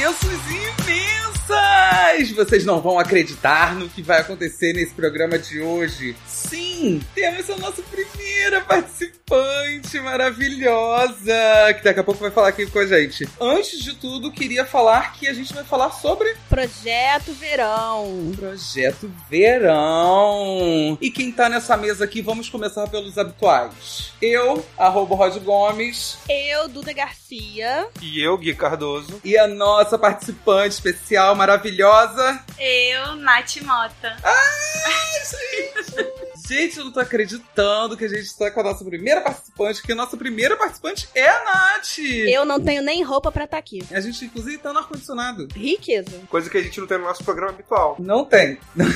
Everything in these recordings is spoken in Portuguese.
imensos e imensas! Vocês não vão acreditar no que vai acontecer nesse programa de hoje. Sim, temos a nossa primeira participante maravilhosa, que daqui a pouco vai falar aqui com a gente. Antes de tudo, queria falar que a gente vai falar sobre... Projeto Verão. Projeto Verão. E quem tá nessa mesa aqui, vamos começar pelos habituais. Eu, @Rod Gomes. Eu, Duda Garcia. E eu, Gui Cardoso. E a nossa participante especial, maravilhosa... Eu, Nath Mota. Ai, gente, eu não tô acreditando que a gente tá com a nossa primeira participante, que a nossa primeira participante é a Nath. Eu não tenho nem roupa pra estar aqui. A gente, inclusive, tá no ar-condicionado. Riqueza. Coisa que a gente não tem no nosso programa habitual. Não tem.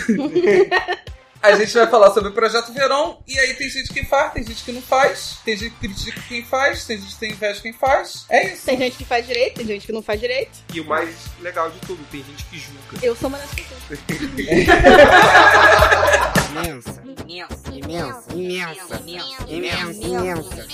A gente vai falar sobre o Projeto Verão, e aí tem gente que faz, tem gente que não faz, tem gente que critica quem faz, tem gente que tem inveja de quem faz. É isso. Tem gente que faz direito, tem gente que não faz direito. E o mais legal de tudo, tem gente que julga. Eu sou uma dessas pessoas. Imensa, imensa, imensa, imensa, imensa,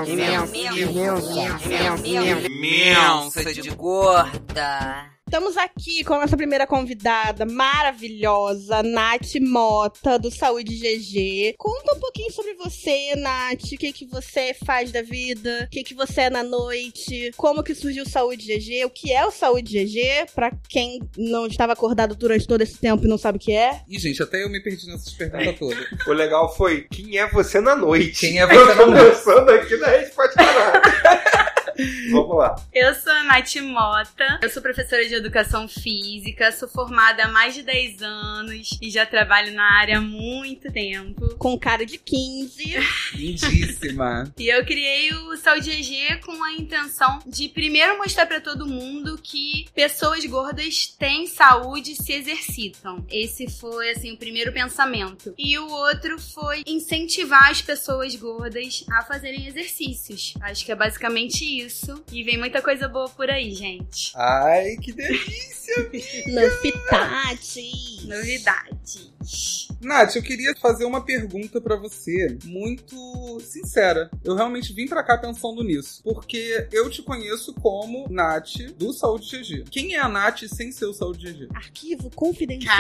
imensa, imensa de gorda. Estamos aqui com a nossa primeira convidada maravilhosa, Nath Mota, do Saúde GG. Conta um pouquinho sobre você, Nath. O que você faz da vida? O que você é na noite? Como que surgiu o Saúde GG? O que é o Saúde GG? Pra quem não estava acordado durante todo esse tempo e não sabe o que é. Ih, gente, até eu me perdi nessas perguntas todas. O legal foi, quem é você na noite? Quem é você na noite? Começando aqui na resposta nada. Vamos lá. Eu sou a Nath Mota, eu sou professora de Educação Física, sou formada há mais de 10 anos e já trabalho na área há muito tempo. Com cara de 15. Lindíssima. E eu criei o Saúde GG com a intenção de primeiro mostrar pra todo mundo que pessoas gordas têm saúde e se exercitam. Esse foi, assim, o primeiro pensamento. E o outro foi incentivar as pessoas gordas a fazerem exercícios. Acho que é basicamente isso. E vem muita coisa boa por aí, gente. Ai, que delícia! Novidades. Nath, eu queria fazer uma pergunta pra você, muito sincera. Eu realmente vim pra cá pensando nisso, porque eu te conheço como Nath do Saúde GG. Quem é a Nath sem ser o Saúde GG? Arquivo confidencial.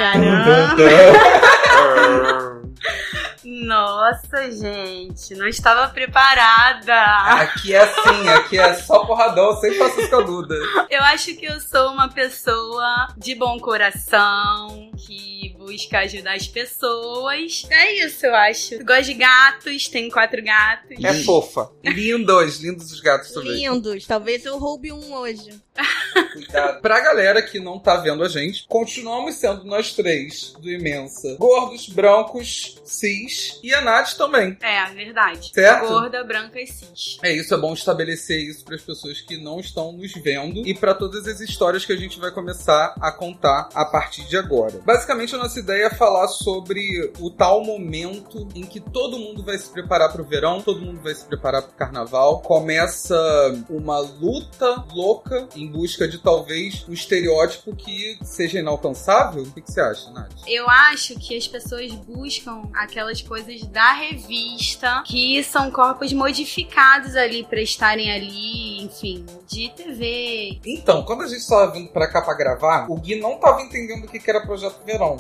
Nossa, gente, não estava preparada. Aqui é assim, aqui é só porradão, sem faço com a Duda. Eu acho que eu sou uma pessoa de bom coração, que busca ajudar as pessoas. É isso, eu acho. Gosto de gatos, tenho 4 gatos. É fofa. Lindos os gatos também. Lindos. Talvez eu roube um hoje. Cuidado. Pra galera que não tá vendo a gente, continuamos sendo nós três do Imensa. Gordos, brancos, cis e a Nath também. É, verdade. Certo? Gorda, branca e cis. É isso, é bom estabelecer isso para as pessoas que não estão nos vendo e para todas as histórias que a gente vai começar a contar a partir de agora. Basicamente, a nossa ideia é falar sobre o tal momento em que todo mundo vai se preparar para o verão, todo mundo vai se preparar para o carnaval. Começa uma luta louca em busca de talvez um estereótipo que seja inalcançável. O que você acha, Nath? Eu acho que as pessoas buscam aquelas coisas da revista, que são corpos modificados ali pra estarem ali, enfim, de TV. Então, quando a gente estava vindo pra cá pra gravar, o Gui não tava entendendo o que era Projeto Verão.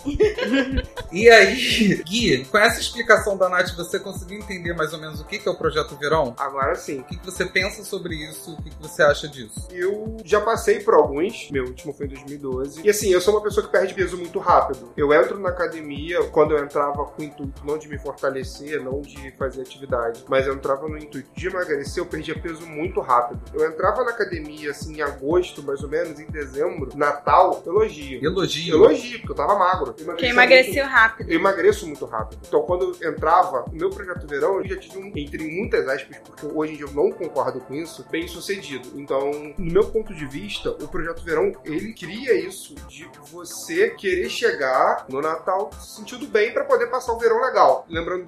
E aí, Gui, com essa explicação da Nath, você conseguiu entender mais ou menos o que é o Projeto Verão? Agora sim. O que você pensa sobre isso? O que você acha disso? Eu já passei por alguns, meu último foi em 2012. E assim, eu sou uma pessoa que perde peso muito rápido. Eu entro na academia, quando eu entrava com o intuito não de me fortalecer, não de fazer atividade, mas eu entrava no intuito de emagrecer, eu perdia peso muito rápido. Eu entrava na academia, assim, em agosto, mais ou menos, em dezembro, Natal, elogio. Elogio, porque eu tava magro. Quem emagreceu rápido. Eu emagreço muito rápido. Então, quando eu entrava no meu Projeto Verão, eu já tive entre muitas aspas, porque hoje em dia eu não concordo com isso, bem sucedido. Então, no meu ponto de vista, o Projeto Verão, ele cria isso de você querer chegar no Natal se sentindo bem pra poder passar o verão legal. Lembrando do Guilherme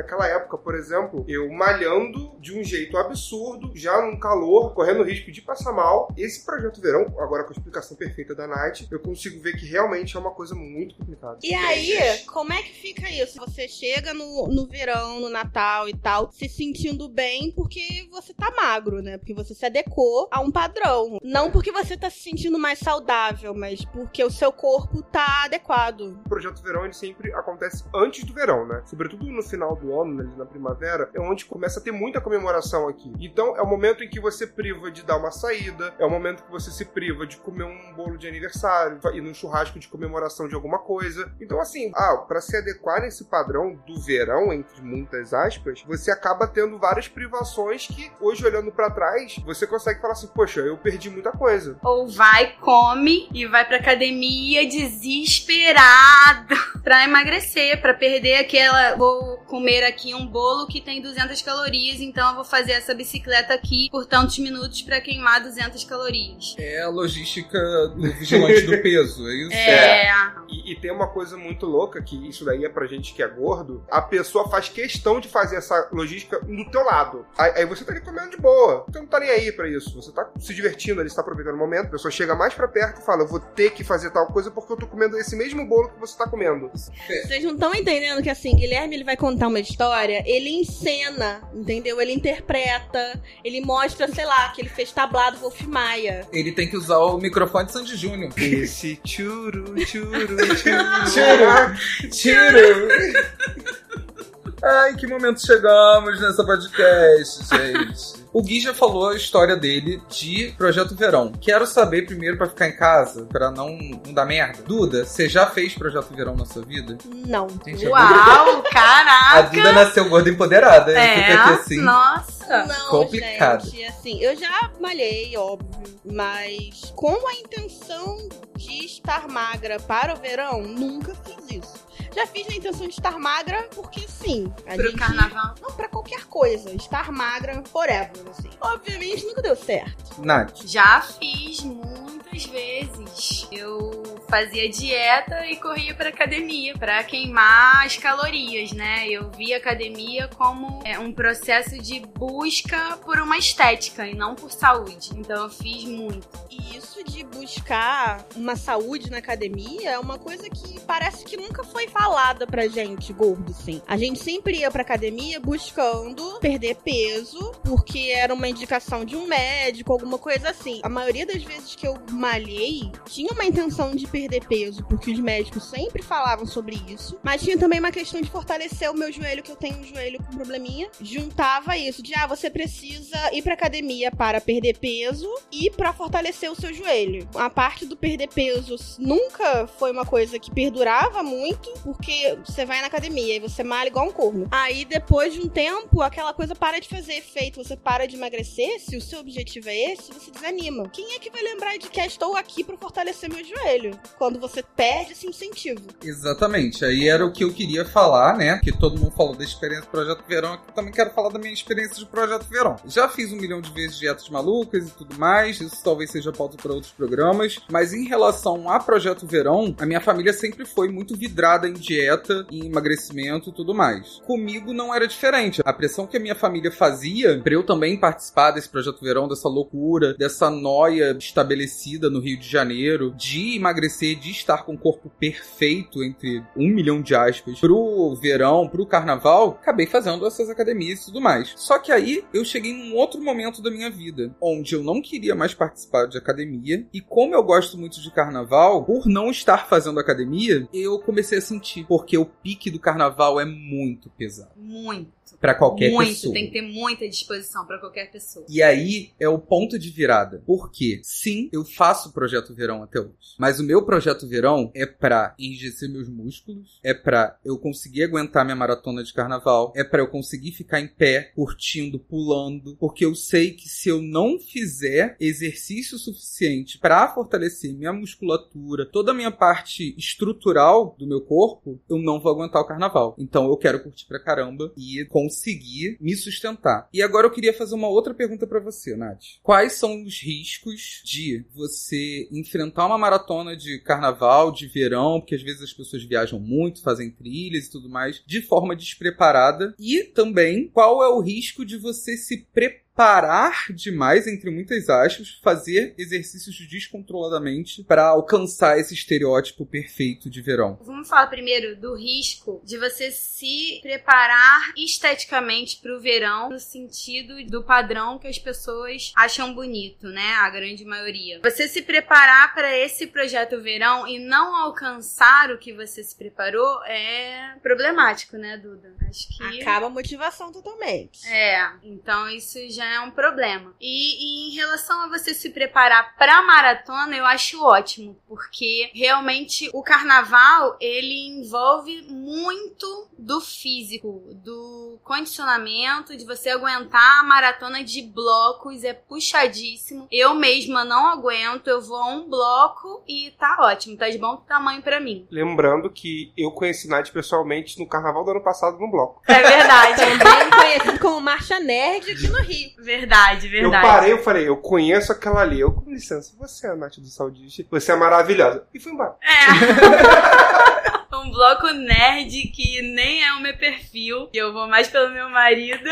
naquela época, por exemplo, eu malhando de um jeito absurdo, já num calor, correndo o risco de passar mal. Esse projeto verão, agora com a explicação perfeita da Nath, eu consigo ver que realmente é uma coisa muito complicada. E aí, como é que fica isso? Você chega no verão, no Natal e tal, se sentindo bem porque você tá magro, né? Porque você se adequou a um padrão. Não porque você tá se sentindo mais saudável, mas porque o seu corpo tá adequado. O projeto verão, ele sempre acontece antes do verão, né? Sobretudo no final do ano, né, na primavera, é onde começa a ter muita comemoração aqui. Então, é o momento em que você priva de dar uma saída, é o momento que você se priva de comer um bolo de aniversário, ir num churrasco de comemoração de alguma coisa. Então, assim, pra se adequar nesse padrão do verão, entre muitas aspas, você acaba tendo várias privações que, hoje, olhando pra trás, você consegue falar assim, poxa, eu perdi muita coisa. Ou vai, come e vai pra academia desesperado pra emagrecer, pra perder aquela... Vou comer aqui um bolo que tem 200 calorias, então eu vou fazer essa bicicleta aqui por tantos minutos pra queimar 200 calorias. É a logística do vigilante do peso, é isso? E tem uma coisa muito louca, que isso daí é pra gente que é gordo, a pessoa faz questão de fazer essa logística do teu lado. Aí você tá ali comendo de boa, você não tá nem aí pra isso, você tá se divertindo ali, você tá aproveitando o momento, a pessoa chega mais pra perto e fala, eu vou ter que fazer tal coisa porque eu tô comendo esse mesmo bolo que você tá comendo. Vocês não estão entendendo que, assim, Guilherme, ele vai contar uma história, ele encena, entendeu? Ele interpreta, ele mostra, sei lá, que ele fez tablado Wolf Maia. Ele tem que usar o microfone de Sandy Júnior. Esse tchuru. Ai, que momento chegamos nessa podcast, gente. O Gui já falou a história dele de Projeto Verão. Quero saber primeiro, pra ficar em casa, pra não dar merda. Duda, você já fez Projeto Verão na sua vida? Não. Gente, Uau, caraca! a Duda nasceu gorda empoderada. Fica aqui assim. Nossa. Não, complicado. gente, assim, eu já malhei, óbvio, mas com a intenção de estar magra para o verão, nunca fiz isso. Já fiz na intenção de estar magra porque sim. Pro carnaval? Não, pra qualquer coisa. Estar magra forever, assim. Obviamente nunca deu certo. Nath. Já fiz muitas vezes. Eu fazia dieta e corria pra academia pra queimar as calorias, né? Eu via a academia como um processo de busca por uma estética e não por saúde. Então eu fiz muito. E isso de buscar uma saúde na academia é uma coisa que parece que nunca foi falada pra gente, gordo, sim. A gente sempre ia pra academia buscando perder peso, porque era uma indicação de um médico, alguma coisa assim. A maioria das vezes que eu malhei, tinha uma intenção de perder peso, porque os médicos sempre falavam sobre isso, mas tinha também uma questão de fortalecer o meu joelho, que eu tenho um joelho com probleminha. Juntava isso de, você precisa ir pra academia para perder peso e pra fortalecer o seu joelho. A parte do perder peso nunca foi uma coisa que perdurava muito, porque você vai na academia e você malha igual um corno. Aí, depois de um tempo, aquela coisa para de fazer efeito, você para de emagrecer. Se o seu objetivo é esse, você desanima. Quem é que vai lembrar de que estou aqui para fortalecer meu joelho? Quando você perde esse incentivo. Exatamente. Aí era o que eu queria falar, né? Que todo mundo falou da experiência do Projeto Verão. Eu também quero falar da minha experiência de Projeto Verão. Já fiz 1 milhão de vezes dietas malucas e tudo mais. Isso talvez seja pauta para outros programas. Mas em relação a Projeto Verão, a minha família sempre foi muito vidrada em dieta, em emagrecimento e tudo mais. Comigo não era diferente. A pressão que a minha família fazia pra eu também participar desse Projeto Verão, dessa loucura, dessa noia estabelecida no Rio de Janeiro, de emagrecer, de estar com o corpo perfeito, entre 1 milhão de aspas, pro verão, pro carnaval, acabei fazendo essas academias e tudo mais. Só que aí eu cheguei num outro momento da minha vida, onde eu não queria mais participar de academia, e como eu gosto muito de carnaval, por não estar fazendo academia, eu comecei a sentir, porque o pique do carnaval é muito pesado. Muito. Pra qualquer pessoa. Tem que ter muita disposição pra qualquer pessoa. E aí é o ponto de virada. Porque, sim, eu faço o Projeto Verão até hoje. Mas o meu Projeto Verão é pra enrijecer meus músculos, é pra eu conseguir aguentar minha maratona de carnaval, é pra eu conseguir ficar em pé, curtindo, pulando, porque eu sei que se eu não fizer exercício suficiente pra fortalecer minha musculatura, toda a minha parte estrutural do meu corpo, eu não vou aguentar o carnaval. Então eu quero curtir pra caramba e conseguir me sustentar. E agora eu queria fazer uma outra pergunta pra você, Nath. Quais são os riscos de você você enfrentar uma maratona de carnaval, de verão, porque às vezes as pessoas viajam muito, fazem trilhas e tudo mais, de forma despreparada. E também, qual é o risco de você se preparar demais, entre muitas aspas, fazer exercícios descontroladamente para alcançar esse estereótipo perfeito de verão. Vamos falar primeiro do risco de você se preparar esteticamente para o verão, no sentido do padrão que as pessoas acham bonito, né? A grande maioria. Você se preparar para esse projeto verão e não alcançar o que você se preparou é problemático, né, Duda? Acho que acaba a motivação totalmente. Então isso já é um problema. E em relação a você se preparar pra maratona, eu acho ótimo, porque realmente o carnaval, ele envolve muito do físico, do condicionamento, de você aguentar a maratona de blocos, é puxadíssimo. Eu mesma não aguento, eu vou a um bloco e tá ótimo, tá de bom tamanho pra mim. Lembrando que eu conheci Nath pessoalmente no carnaval do ano passado no bloco. É verdade. Também conhecido como Marcha Nerd aqui no Rio. Verdade. Eu parei, eu falei, eu conheço aquela ali. Eu, com licença, você é a Nath do Saudite, você é maravilhosa. E fui embora. Um bloco nerd que nem é o meu perfil. Eu vou mais pelo meu marido.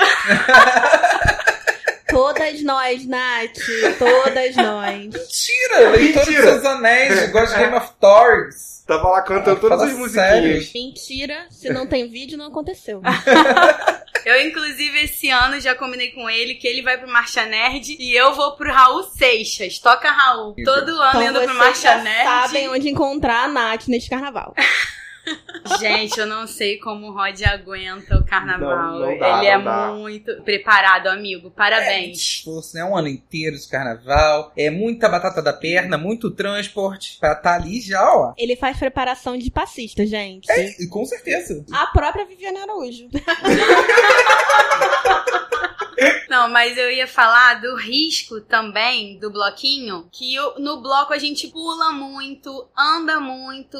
Todas nós, Nath. Todas nós. Mentira! Leitora dos Seus Anéis, gosta de Game of Thrones. Tava lá cantando todas as musiquinhas. Mentira, se não tem vídeo, não aconteceu. Eu, inclusive, esse ano já combinei com ele que ele vai pro Marcha Nerd e eu vou pro Raul Seixas. Toca, Raul. Todo ano então indo pro Marcha Nerd. Sabem onde encontrar a Nath neste carnaval. Gente, eu não sei como o Rod aguenta o carnaval. Não dá, ele não dá. muito preparado, amigo. Parabéns. Esforço, né? Um ano inteiro de carnaval. É muita batata da perna, muito transporte pra estar ali já, ó. Ele faz preparação de passista, gente. E com certeza. A própria Viviane Araújo. Não, mas eu ia falar do risco também do bloquinho, que no bloco a gente pula muito, anda muito,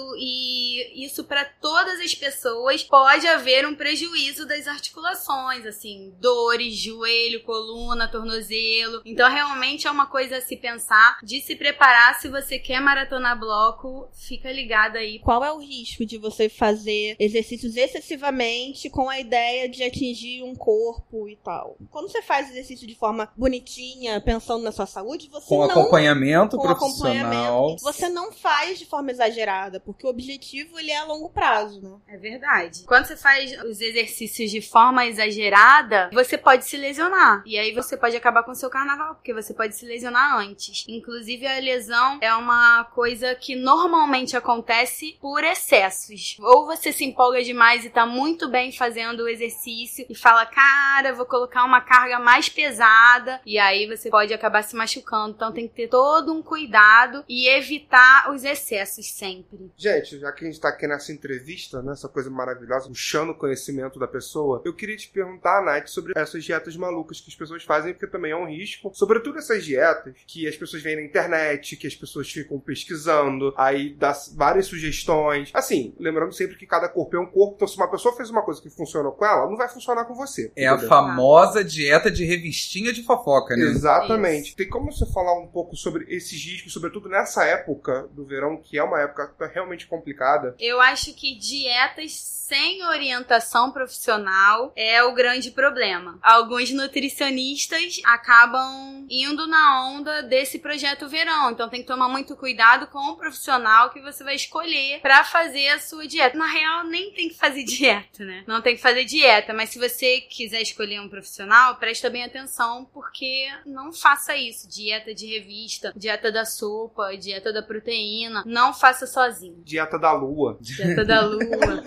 e isso para todas as pessoas pode haver um prejuízo das articulações, assim, dores, joelho, coluna, tornozelo. Então realmente é uma coisa a se pensar, de se preparar. Se você quer maratonar bloco, fica ligado aí. Qual é o risco de você fazer exercícios excessivamente com a ideia de atingir um corpo e tal? Quando você faz exercício de forma bonitinha, pensando na sua saúde, você com não... acompanhamento com profissional. Acompanhamento, você não faz de forma exagerada, porque o objetivo, ele é a longo prazo, né? É verdade. Quando você faz os exercícios de forma exagerada, você pode se lesionar. E aí você pode acabar com o seu carnaval, porque você pode se lesionar antes. Inclusive, a lesão é uma coisa que normalmente acontece por excessos. Ou você se empolga demais e tá muito bem fazendo o exercício e fala, cara, vou colocar uma carga mais pesada, e aí você pode acabar se machucando. Então tem que ter todo um cuidado e evitar os excessos sempre. Gente, já que a gente tá aqui nessa entrevista, né, essa coisa maravilhosa, puxando o conhecimento da pessoa, eu queria te perguntar, Nath, sobre essas dietas malucas que as pessoas fazem, porque também é um risco. Sobretudo essas dietas que as pessoas veem na internet, que as pessoas ficam pesquisando, aí dá várias sugestões. Assim, lembrando sempre que cada corpo é um corpo, então se uma pessoa fez uma coisa que funcionou com ela, não vai funcionar com você. É a famosa dieta de revistinha de fofoca, né? Exatamente. Isso. Tem como você falar um pouco sobre esses riscos, sobretudo nessa época do verão, que é uma época realmente complicada? Eu acho que dietas sem orientação profissional é o grande problema. Alguns nutricionistas acabam indo na onda desse projeto verão, então tem que tomar muito cuidado com o profissional que você vai escolher pra fazer a sua dieta. Na real, nem tem que fazer dieta, né? Não tem que fazer dieta, mas se você quiser escolher um profissional, presta bem atenção, porque não faça isso. Dieta de revista, dieta da sopa, dieta da proteína, não faça sozinho. Dieta da lua. Dieta da lua.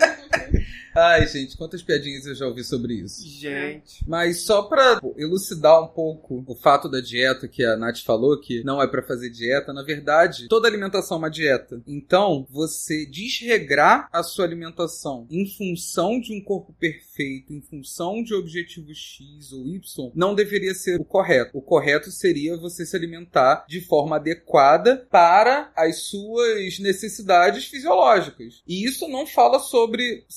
Ai, gente, quantas piadinhas eu já ouvi sobre isso. Gente. Mas só pra elucidar um pouco o fato da dieta que a Nath falou, que não é pra fazer dieta, na verdade, toda alimentação é uma dieta. Então, você desregrar a sua alimentação em função de um corpo perfeito, em função de objetivo X ou Y, não deveria ser o correto. O correto seria você se alimentar de forma adequada para as suas necessidades fisiológicas. E isso não fala sobre ser gordo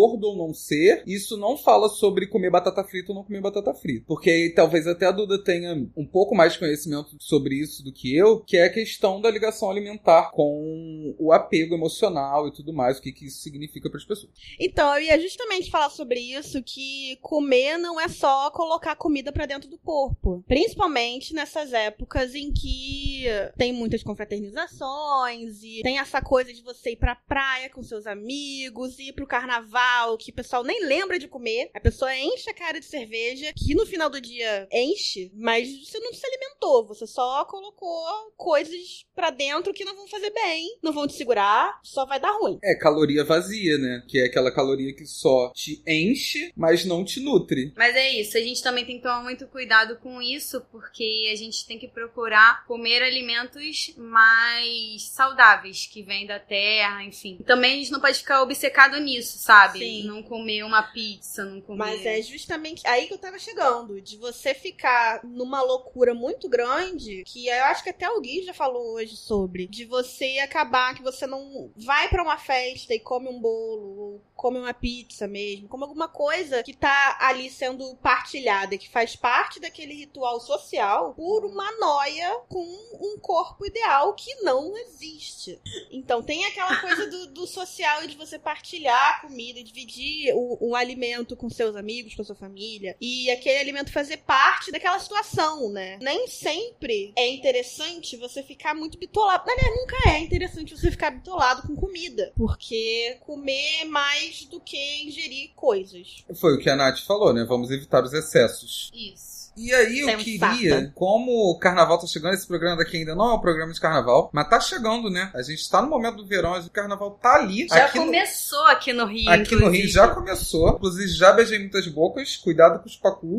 gordo ou não ser, isso não fala sobre comer batata frita ou não comer batata frita. Porque aí talvez até a Duda tenha um pouco mais de conhecimento sobre isso do que eu, que é a questão da ligação alimentar com o apego emocional e tudo mais, o que isso significa para as pessoas. Então, eu ia justamente falar sobre isso, que comer não é só colocar comida pra dentro do corpo. Principalmente nessas épocas em que tem muitas confraternizações e tem essa coisa de você ir pra praia com seus amigos, ir pro carnaval, que o pessoal nem lembra de comer. A pessoa enche a cara de cerveja, que no final do dia enche, mas você não se alimentou, você só colocou coisas pra dentro que não vão fazer bem, não vão te segurar, só vai dar ruim. É caloria vazia, né? Que é aquela caloria que só te enche, mas não te nutre. Mas é isso, a gente também tem que tomar muito cuidado com isso, porque a gente tem que procurar comer alimentos mais saudáveis, que vêm da terra, enfim. E também a gente não pode ficar obcecado nisso, sabe? Sim. Não comer uma pizza, não comer... Mas é justamente aí que eu tava chegando, de você ficar numa loucura muito grande, que eu acho que até o Gui já falou hoje sobre, de você acabar que você não vai pra uma festa e come um bolo, ou come uma pizza mesmo, come alguma coisa que tá ali sendo partilhada, que faz parte daquele ritual social por uma noia com um corpo ideal que não existe. Então tem aquela coisa do social e de você partilhar a comida, dividir o alimento com seus amigos, com a sua família, e aquele alimento fazer parte daquela situação, né? Nem sempre é interessante você ficar muito bitolado. Aliás, nunca é interessante você ficar bitolado com comida, porque comer é mais do que ingerir coisas. Foi o que a Nath falou, né? Vamos evitar os excessos. Isso. E aí eu queria, como o carnaval tá chegando, esse programa daqui ainda não é um programa de carnaval, mas tá chegando, né? A gente tá no momento do verão, o carnaval tá ali. Já começou aqui no Rio, Aqui no Rio já começou. Inclusive, já beijei muitas bocas. Cuidado com os pacu.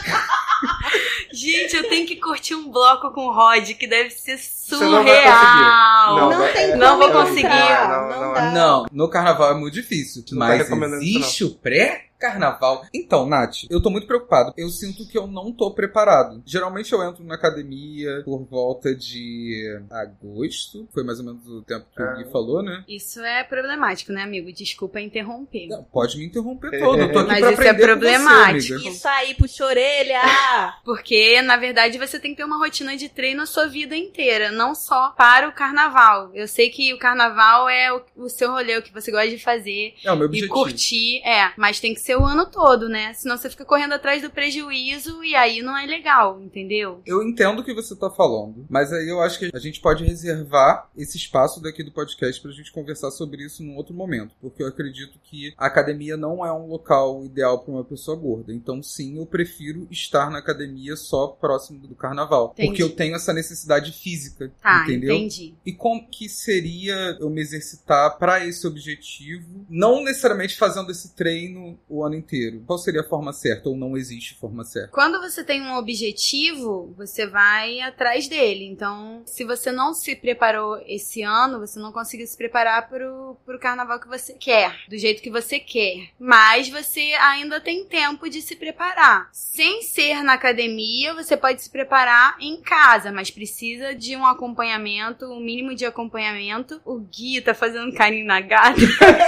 Gente, eu tenho que curtir um bloco com o Rod, que deve ser surreal. Não vai conseguir. Não tem não como vou conseguir. Não dá. Não, no carnaval é muito difícil. Não tá Mas recomendando existe o pré-carnaval. Então, Nath, eu tô muito preocupado. Eu sinto que eu não tô preparado. Geralmente eu entro na academia por volta de agosto. Foi mais ou menos o tempo que o Gui falou, né? Isso é problemático, né, amigo? Desculpa interromper. Não, pode me interromper todo. Eu tô aqui Mas pra isso é aprender com problemático. você, amiga. Isso aí, puxa a orelha! Porque, na verdade, você tem que ter uma rotina de treino a sua vida inteira, não só para o carnaval. Eu sei que o carnaval é o seu rolê, o que você gosta de fazer. É o meu E objetivo. curtir, mas tem que ser o ano todo, né? Senão você fica correndo atrás do prejuízo e aí não é legal, entendeu? Eu entendo o que você tá falando, mas aí eu acho que a gente pode reservar esse espaço daqui do podcast pra gente conversar sobre isso num outro momento, porque eu acredito que a academia não é um local ideal pra uma pessoa gorda. Então, sim, eu prefiro estar na academia só próximo do carnaval, Entendi. porque eu tenho essa necessidade física, Tá, entendeu? entendi. E como que seria eu me exercitar pra esse objetivo, não necessariamente fazendo esse treino o ano inteiro? Qual seria a forma certa ou não existe forma certa? Quando você tem um objetivo, você vai atrás dele. Então, se você não se preparou esse ano, você não conseguiu se preparar pro carnaval que você quer, do jeito que você quer. Mas você ainda tem tempo de se preparar. Sem ser na academia, você pode se preparar em casa, mas precisa de um acompanhamento, um mínimo de acompanhamento. O Gui tá fazendo carinho na gata.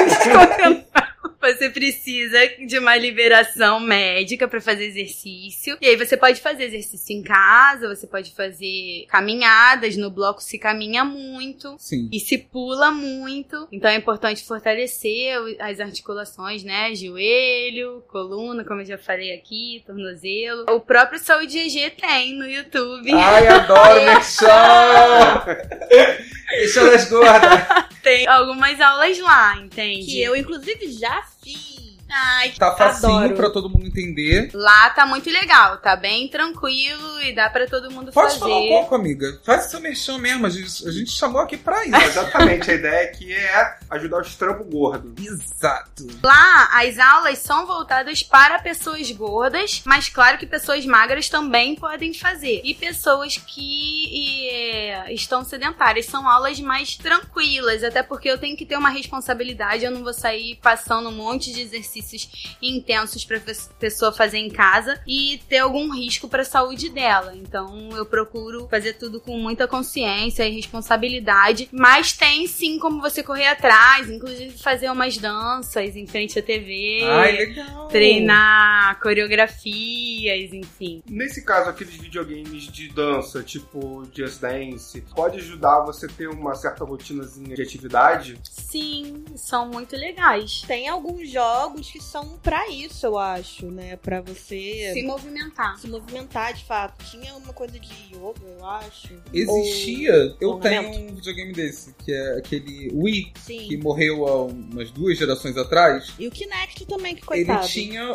Você precisa de uma liberação médica pra fazer exercício. E aí você pode fazer exercício em casa, você pode fazer caminhadas. No bloco se caminha muito. Sim. E se pula muito. Então é importante fortalecer as articulações, né? Joelho, coluna, como eu já falei aqui, tornozelo. O próprio Saúde GG tem no YouTube. Ai, adoro Merchan! Merchan das gordas! Tem algumas aulas lá, entende? Que eu, inclusive, já fiz. Ai, Tá facinho Adoro. pra todo mundo entender. lá tá muito legal, tá bem tranquilo e dá pra todo mundo Pode fazer. falar um pouco, amiga. Faz seu merchan mesmo. A gente chamou aqui pra isso. Exatamente, a ideia aqui é ajudar os trampos gordos. Exato. Lá, as aulas são voltadas para pessoas gordas, mas claro que pessoas magras também podem fazer. E pessoas que estão sedentárias. São aulas mais tranquilas, até porque eu tenho que ter uma responsabilidade. Eu não vou sair passando um monte de exercício exercícios intensos pra pessoa fazer em casa e ter algum risco pra saúde dela. Então eu procuro fazer tudo com muita consciência e responsabilidade, mas tem sim como você correr atrás, inclusive fazer umas danças em frente à TV. Ai, legal! Treinar coreografias, enfim. Nesse caso, aqueles videogames de dança, tipo Just Dance, pode ajudar você a ter uma certa rotinazinha de atividade? Sim, são muito legais. Tem alguns jogos que são pra isso, eu acho, né? Pra você Se movimentar. se movimentar, de fato. Tinha uma coisa de yoga, eu acho. Existia, eu alongamento. tenho um videogame desse, que é aquele Wii, que Sim. morreu há umas 2 gerações atrás. E o Kinect também, que coitado. Ele tinha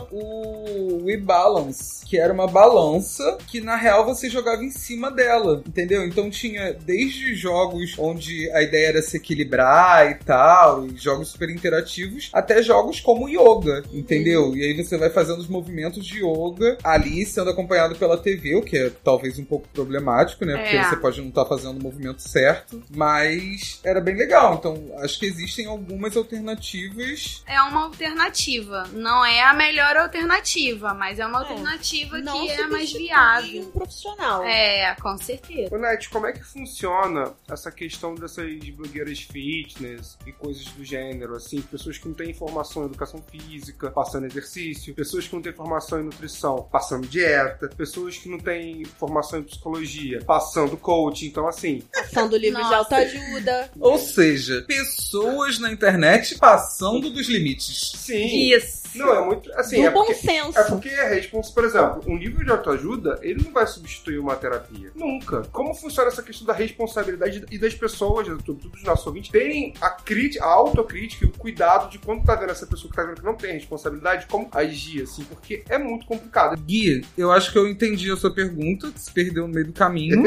o Wii Balance, que era uma balança que na real você jogava em cima dela, entendeu? Então tinha desde jogos onde a ideia era se equilibrar e tal, e jogos super interativos, até jogos como yoga, entendeu? E aí você vai fazendo os movimentos de yoga ali, sendo acompanhado pela TV, o que é talvez um pouco problemático, né? Porque você pode não estar fazendo o movimento certo, mas era bem legal. Então acho que existem algumas alternativas. É uma alternativa. Não é a melhor alternativa, mas é uma alternativa Não que é mais substitui viável. um profissional. É, com certeza. Ô, Nath, como é que funciona essa questão dessas blogueiras fitness e coisas do gênero, assim, pessoas que não têm formação em educação física, passando exercício, pessoas que não têm formação em nutrição, passando dieta, pessoas que não têm formação em psicologia, passando coaching, então assim... Passando livros de Nossa. autoajuda. Ou seja, pessoas na internet passando dos limites. Sim! Isso. Não, é muito... Assim, Do é bom porque... senso. É porque a resposta, por exemplo, um livro de autoajuda, ele não vai substituir uma terapia. Nunca. Como funciona essa questão da responsabilidade e das pessoas, sobretudo dos nossos ouvintes, terem a autocrítica e o cuidado de quando tá vendo essa pessoa que tá vendo que não tem responsabilidade, como agir, assim, porque é muito complicado. Gui, eu acho que eu entendi a sua pergunta, que se perdeu no meio do caminho,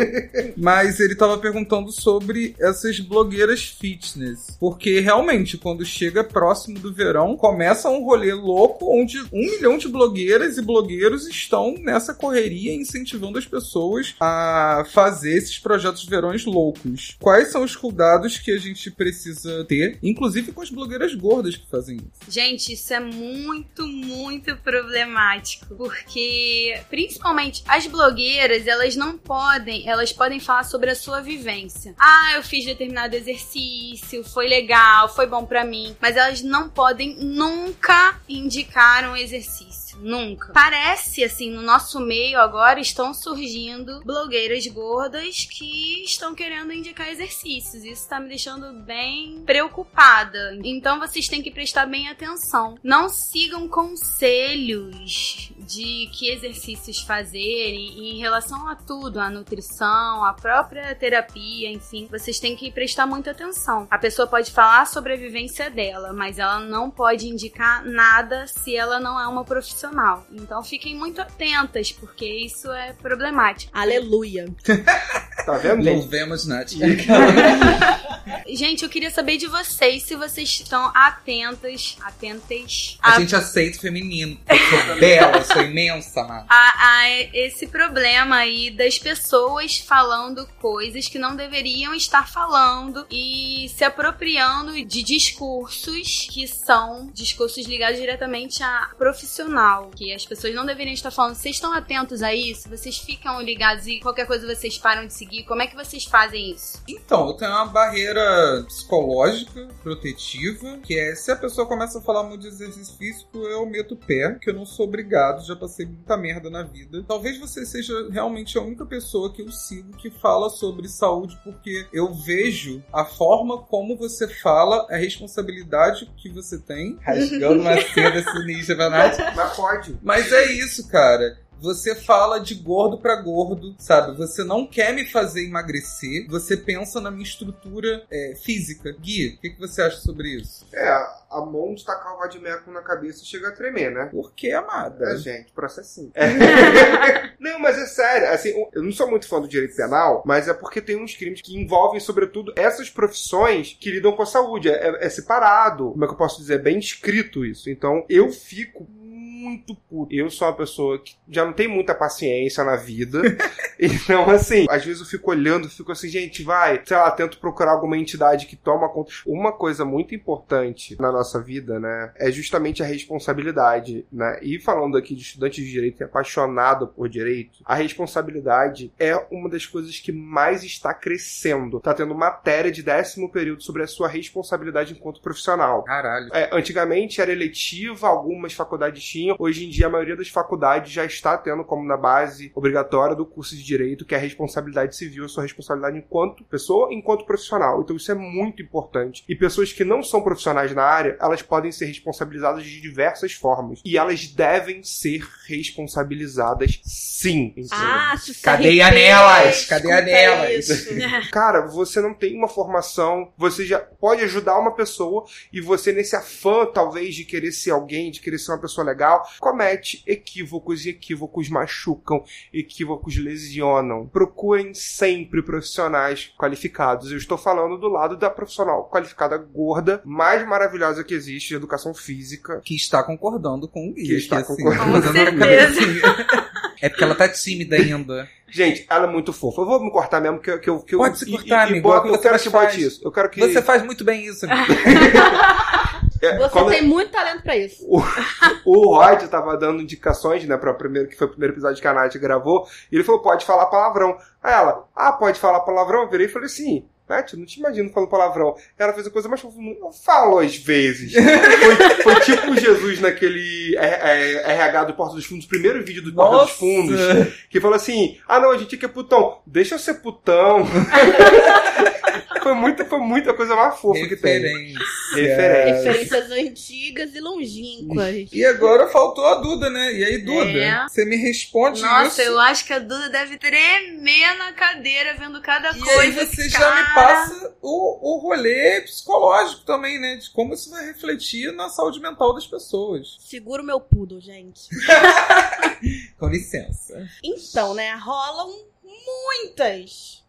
mas ele tava perguntando sobre essas blogueiras fitness, porque realmente, quando chega próximo do verão, começa um rolê louco, onde 1 milhão de blogueiras e blogueiros estão nessa correria incentivando as pessoas a fazer esses projetos de verões loucos. Quais são os cuidados que a gente precisa ter, inclusive com as blogueiras gordas que fazem isso? Gente, isso é muito, muito problemático, porque principalmente as blogueiras, elas podem falar sobre a sua vivência. Ah, eu fiz determinado exercício, foi legal, foi bom pra mim, mas elas não podem nunca indicar um exercício. Nunca. Parece, assim, no nosso meio agora estão surgindo blogueiras gordas que estão querendo indicar exercícios. Isso tá me deixando bem preocupada. Então vocês têm que prestar bem atenção. Não sigam conselhos de que exercícios fazerem em relação a tudo, a nutrição, a própria terapia, enfim. Vocês têm que prestar muita atenção. A pessoa pode falar sobre a vivência dela, mas ela não pode indicar nada se ela não é uma profissional. Então fiquem muito atentas, porque isso é problemático. Aleluia. Tá vendo, gente? Louvemos, Nath. Gente, eu queria saber de vocês se vocês estão atentas A gente aceita o feminino. Eu sou bela, eu sou imensa, mano. a esse problema aí das pessoas falando coisas que não deveriam estar falando e se apropriando de discursos que são discursos ligados diretamente a profissional, que as pessoas não deveriam estar falando. Vocês estão atentos a isso? Vocês ficam ligados e qualquer coisa vocês param de seguir? Como é que vocês fazem isso? Então, eu tenho uma barreira psicológica, protetiva, que é se a pessoa começa a falar muito de exercício físico, eu meto o pé, que eu não sou obrigado, já passei muita merda na vida. Talvez você seja realmente a única pessoa que eu sigo que fala sobre saúde, porque eu vejo a forma como você fala, a responsabilidade que você tem. Rasgando uma seda esse ninja, Nath. Mas pode. Mas é isso, cara. Você fala de gordo pra gordo, sabe? Você não quer me fazer emagrecer, você pensa na minha estrutura física. Gui, o que você acha sobre isso? A mão de tacar o vadimeco na cabeça chega a tremer, né? Por que, amada? Gente, processinho. Não, mas é sério. Assim, eu não sou muito fã do direito penal, mas é porque tem uns crimes que envolvem, sobretudo, essas profissões que lidam com a saúde. É separado. Como é que eu posso dizer? É bem escrito isso. Então, eu fico muito puto. Eu sou uma pessoa que já não tem muita paciência na vida. Então, assim, às vezes eu fico olhando, fico assim, gente, vai, sei lá, tento procurar alguma entidade que toma conta. Uma coisa muito importante na nossa vida, né, é justamente a responsabilidade, né? E falando aqui de estudante de direito e apaixonado por direito, a responsabilidade é uma das coisas que mais está crescendo. Tá tendo matéria de 10º período sobre a sua responsabilidade enquanto profissional. Caralho. Antigamente era eletiva, algumas faculdades tinham. Hoje em dia a maioria das faculdades já está tendo como na base obrigatória do curso de direito, que é a responsabilidade civil, a sua responsabilidade enquanto pessoa, enquanto profissional. Então isso é muito importante. E pessoas que não são profissionais na área, elas podem ser responsabilizadas de diversas formas. E elas devem ser responsabilizadas sim. Cadeia nelas! Cadeia nelas! Cara, você não tem uma formação, você já pode ajudar uma pessoa e você nesse afã, talvez, de querer ser alguém, de querer ser uma pessoa legal, comete equívocos e equívocos machucam, equívocos lesionam. Procurem sempre profissionais qualificados. Eu estou falando do lado da profissional qualificada gorda, mais maravilhosa que existe, de educação física. Que está concordando com o Gui. Que está assim, concordando. Com certeza. É porque ela tá tímida ainda. Gente, ela é muito fofa. Eu vou me cortar mesmo, que eu Pode se cortar, amigo. Eu quero que bote isso. Eu quero que... Você faz muito bem isso, amigo. Você tem muito talento pra isso. O Rod tava dando indicações, né, que foi o primeiro episódio que a Nath gravou, e ele falou, pode falar palavrão. Aí ela, pode falar palavrão? Eu virei e falei assim, Nath, não te imagino falando palavrão. Ela fez a coisa mais fofa. Eu falo às vezes. Foi tipo Jesus naquele RH do Porta dos Fundos, primeiro vídeo do Porta dos Fundos, que falou assim, não, a gente aqui é putão. Deixa eu ser putão. Foi muita coisa mais fofa que tem. Referências antigas e longínquas. E agora faltou a Duda, né? E aí, Duda, você me responde Nossa, isso? eu acho que a Duda deve tremer na cadeira vendo cada E coisa. aí você já me passa o rolê psicológico também, né? De como isso vai refletir na saúde mental das pessoas. Segura o meu poodle, gente. Com licença. Então, né? Rolam muitas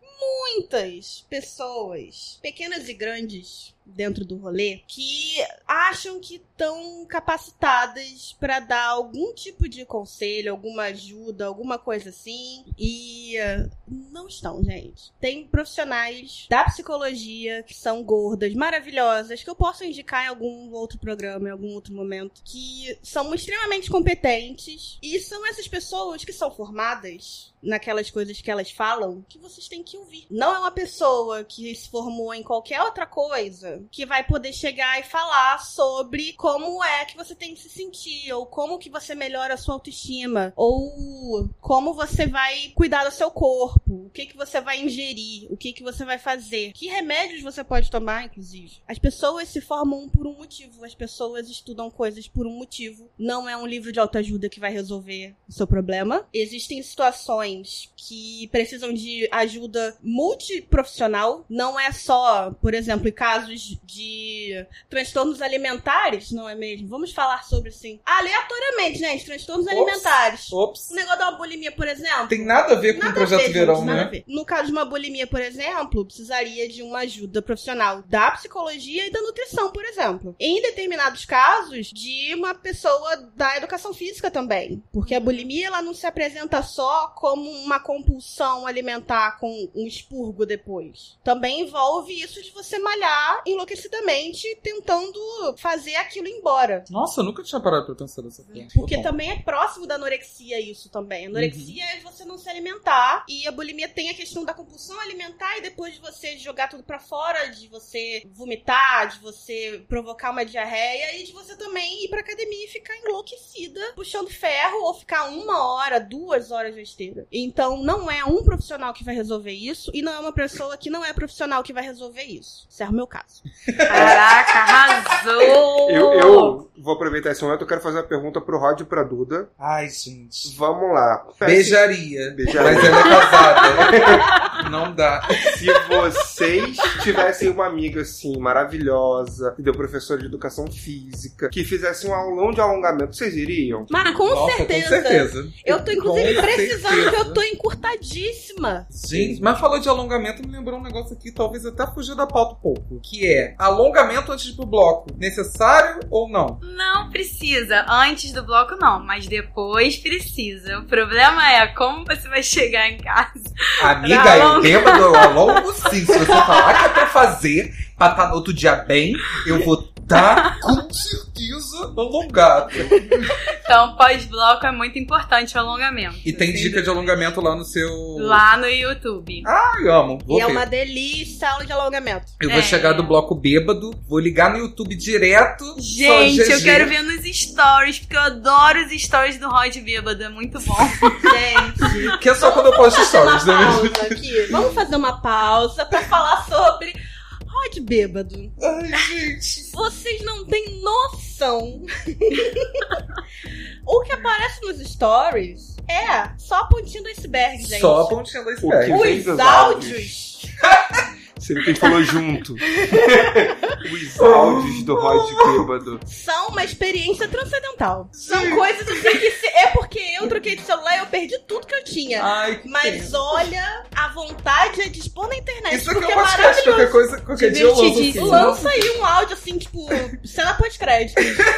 pessoas, pequenas e grandes, dentro do rolê, que acham que estão capacitadas para dar algum tipo de conselho, alguma ajuda, alguma coisa assim, e não estão, gente. Tem profissionais da psicologia que são gordas, maravilhosas, que eu posso indicar em algum outro programa, em algum outro momento, que são extremamente competentes, e são essas pessoas que são formadas naquelas coisas que elas falam, que vocês têm que ouvir. Não é uma pessoa que se formou em qualquer outra coisa que vai poder chegar e falar sobre como é que você tem que se sentir, ou como que você melhora a sua autoestima, ou como você vai cuidar do seu corpo, o que você vai ingerir, o que você vai fazer, que remédios você pode tomar, inclusive. As pessoas se formam por um motivo, as pessoas estudam coisas por um motivo. Não é um livro de autoajuda que vai resolver o seu problema. Existem situações que precisam de ajuda multiprofissional, não é só, por exemplo, em casos de transtornos alimentares, não é mesmo? Vamos falar sobre, assim, aleatoriamente, gente, transtornos alimentares. O negócio da uma bulimia, por exemplo. Tem nada a ver com o Projeto Verão, né? No caso de uma bulimia, por exemplo, precisaria de uma ajuda profissional da psicologia e da nutrição, por exemplo. Em determinados casos, de uma pessoa da educação física também. Porque a bulimia, ela não se apresenta só como uma compulsão alimentar com um expurgo depois. Também envolve isso de você malhar enlouquecidamente, tentando fazer aquilo embora. Nossa, eu nunca tinha parado pra pensar dessa forma. Porque também é próximo da anorexia isso também. A anorexia é você não se alimentar, e a bulimia tem a questão da compulsão alimentar, e depois de você jogar tudo pra fora, de você vomitar, de você provocar uma diarreia, e de você também ir pra academia e ficar enlouquecida, puxando ferro, ou ficar 1 hora, 2 horas de esteira. Então, não é um profissional que vai resolver isso, e não é uma pessoa que não é profissional que vai resolver isso. Esse é o meu caso. Caraca, arrasou! Eu vou aproveitar esse momento, eu quero fazer uma pergunta pro Rod e pra Duda. Ai, gente. Vamos lá. Beijaria. Mas ela é casada. Não dá. Se vocês tivessem uma amiga, assim, maravilhosa, que deu professora de educação física, que fizesse um aulão de alongamento, vocês iriam? Mas com Nossa, certeza. com certeza. Eu tô, inclusive, Com precisando, certeza. porque eu tô encurtadíssima. Gente, mas falou de alongamento, me lembrou um negócio aqui, talvez até fugir da pauta um pouco, que é alongamento antes do bloco, necessário ou não? Não precisa. Antes do bloco, não. Mas depois precisa. O problema é como você vai chegar em casa. Amiga, Pra eu alongar. bêbado, eu alongo sim. Se você falar que é pra fazer, pra estar no outro dia bem, eu vou estar com certeza alongado. Então, pós-bloco é muito importante o alongamento. E tem Sem dica de alongamento lá no seu... Lá no YouTube. Ai, amo. Vou E é ver. uma delícia a aula de alongamento. Eu vou chegar do bloco bêbado, vou ligar no YouTube direto. Gente, só eu GG. quero ver nos stories, porque eu adoro os stories do Rod Bêbado, é muito bom. Gente, Que é só quando eu posto stories, né? pausa aqui. Vamos fazer uma pausa pra falar sobre Rod Bêbado. Ai, gente. Vocês não têm noção. O que aparece nos stories é só a pontinha do iceberg, gente. Só a pontinha do O iceberg. que vem Os dos áudios Você viu que a gente falou junto. Os áudios do Rod Bêbado. são uma experiência transcendental. São coisas assim que... É porque eu troquei de celular e eu perdi tudo que eu tinha. Ai, que Mas pena. olha, a vontade é de expor na internet. Isso aqui porque é um podcast, qualquer coisa, qualquer dia eu lanço assim. Divertidíssimo. Lança aí um áudio assim, tipo, cena pós-crédito.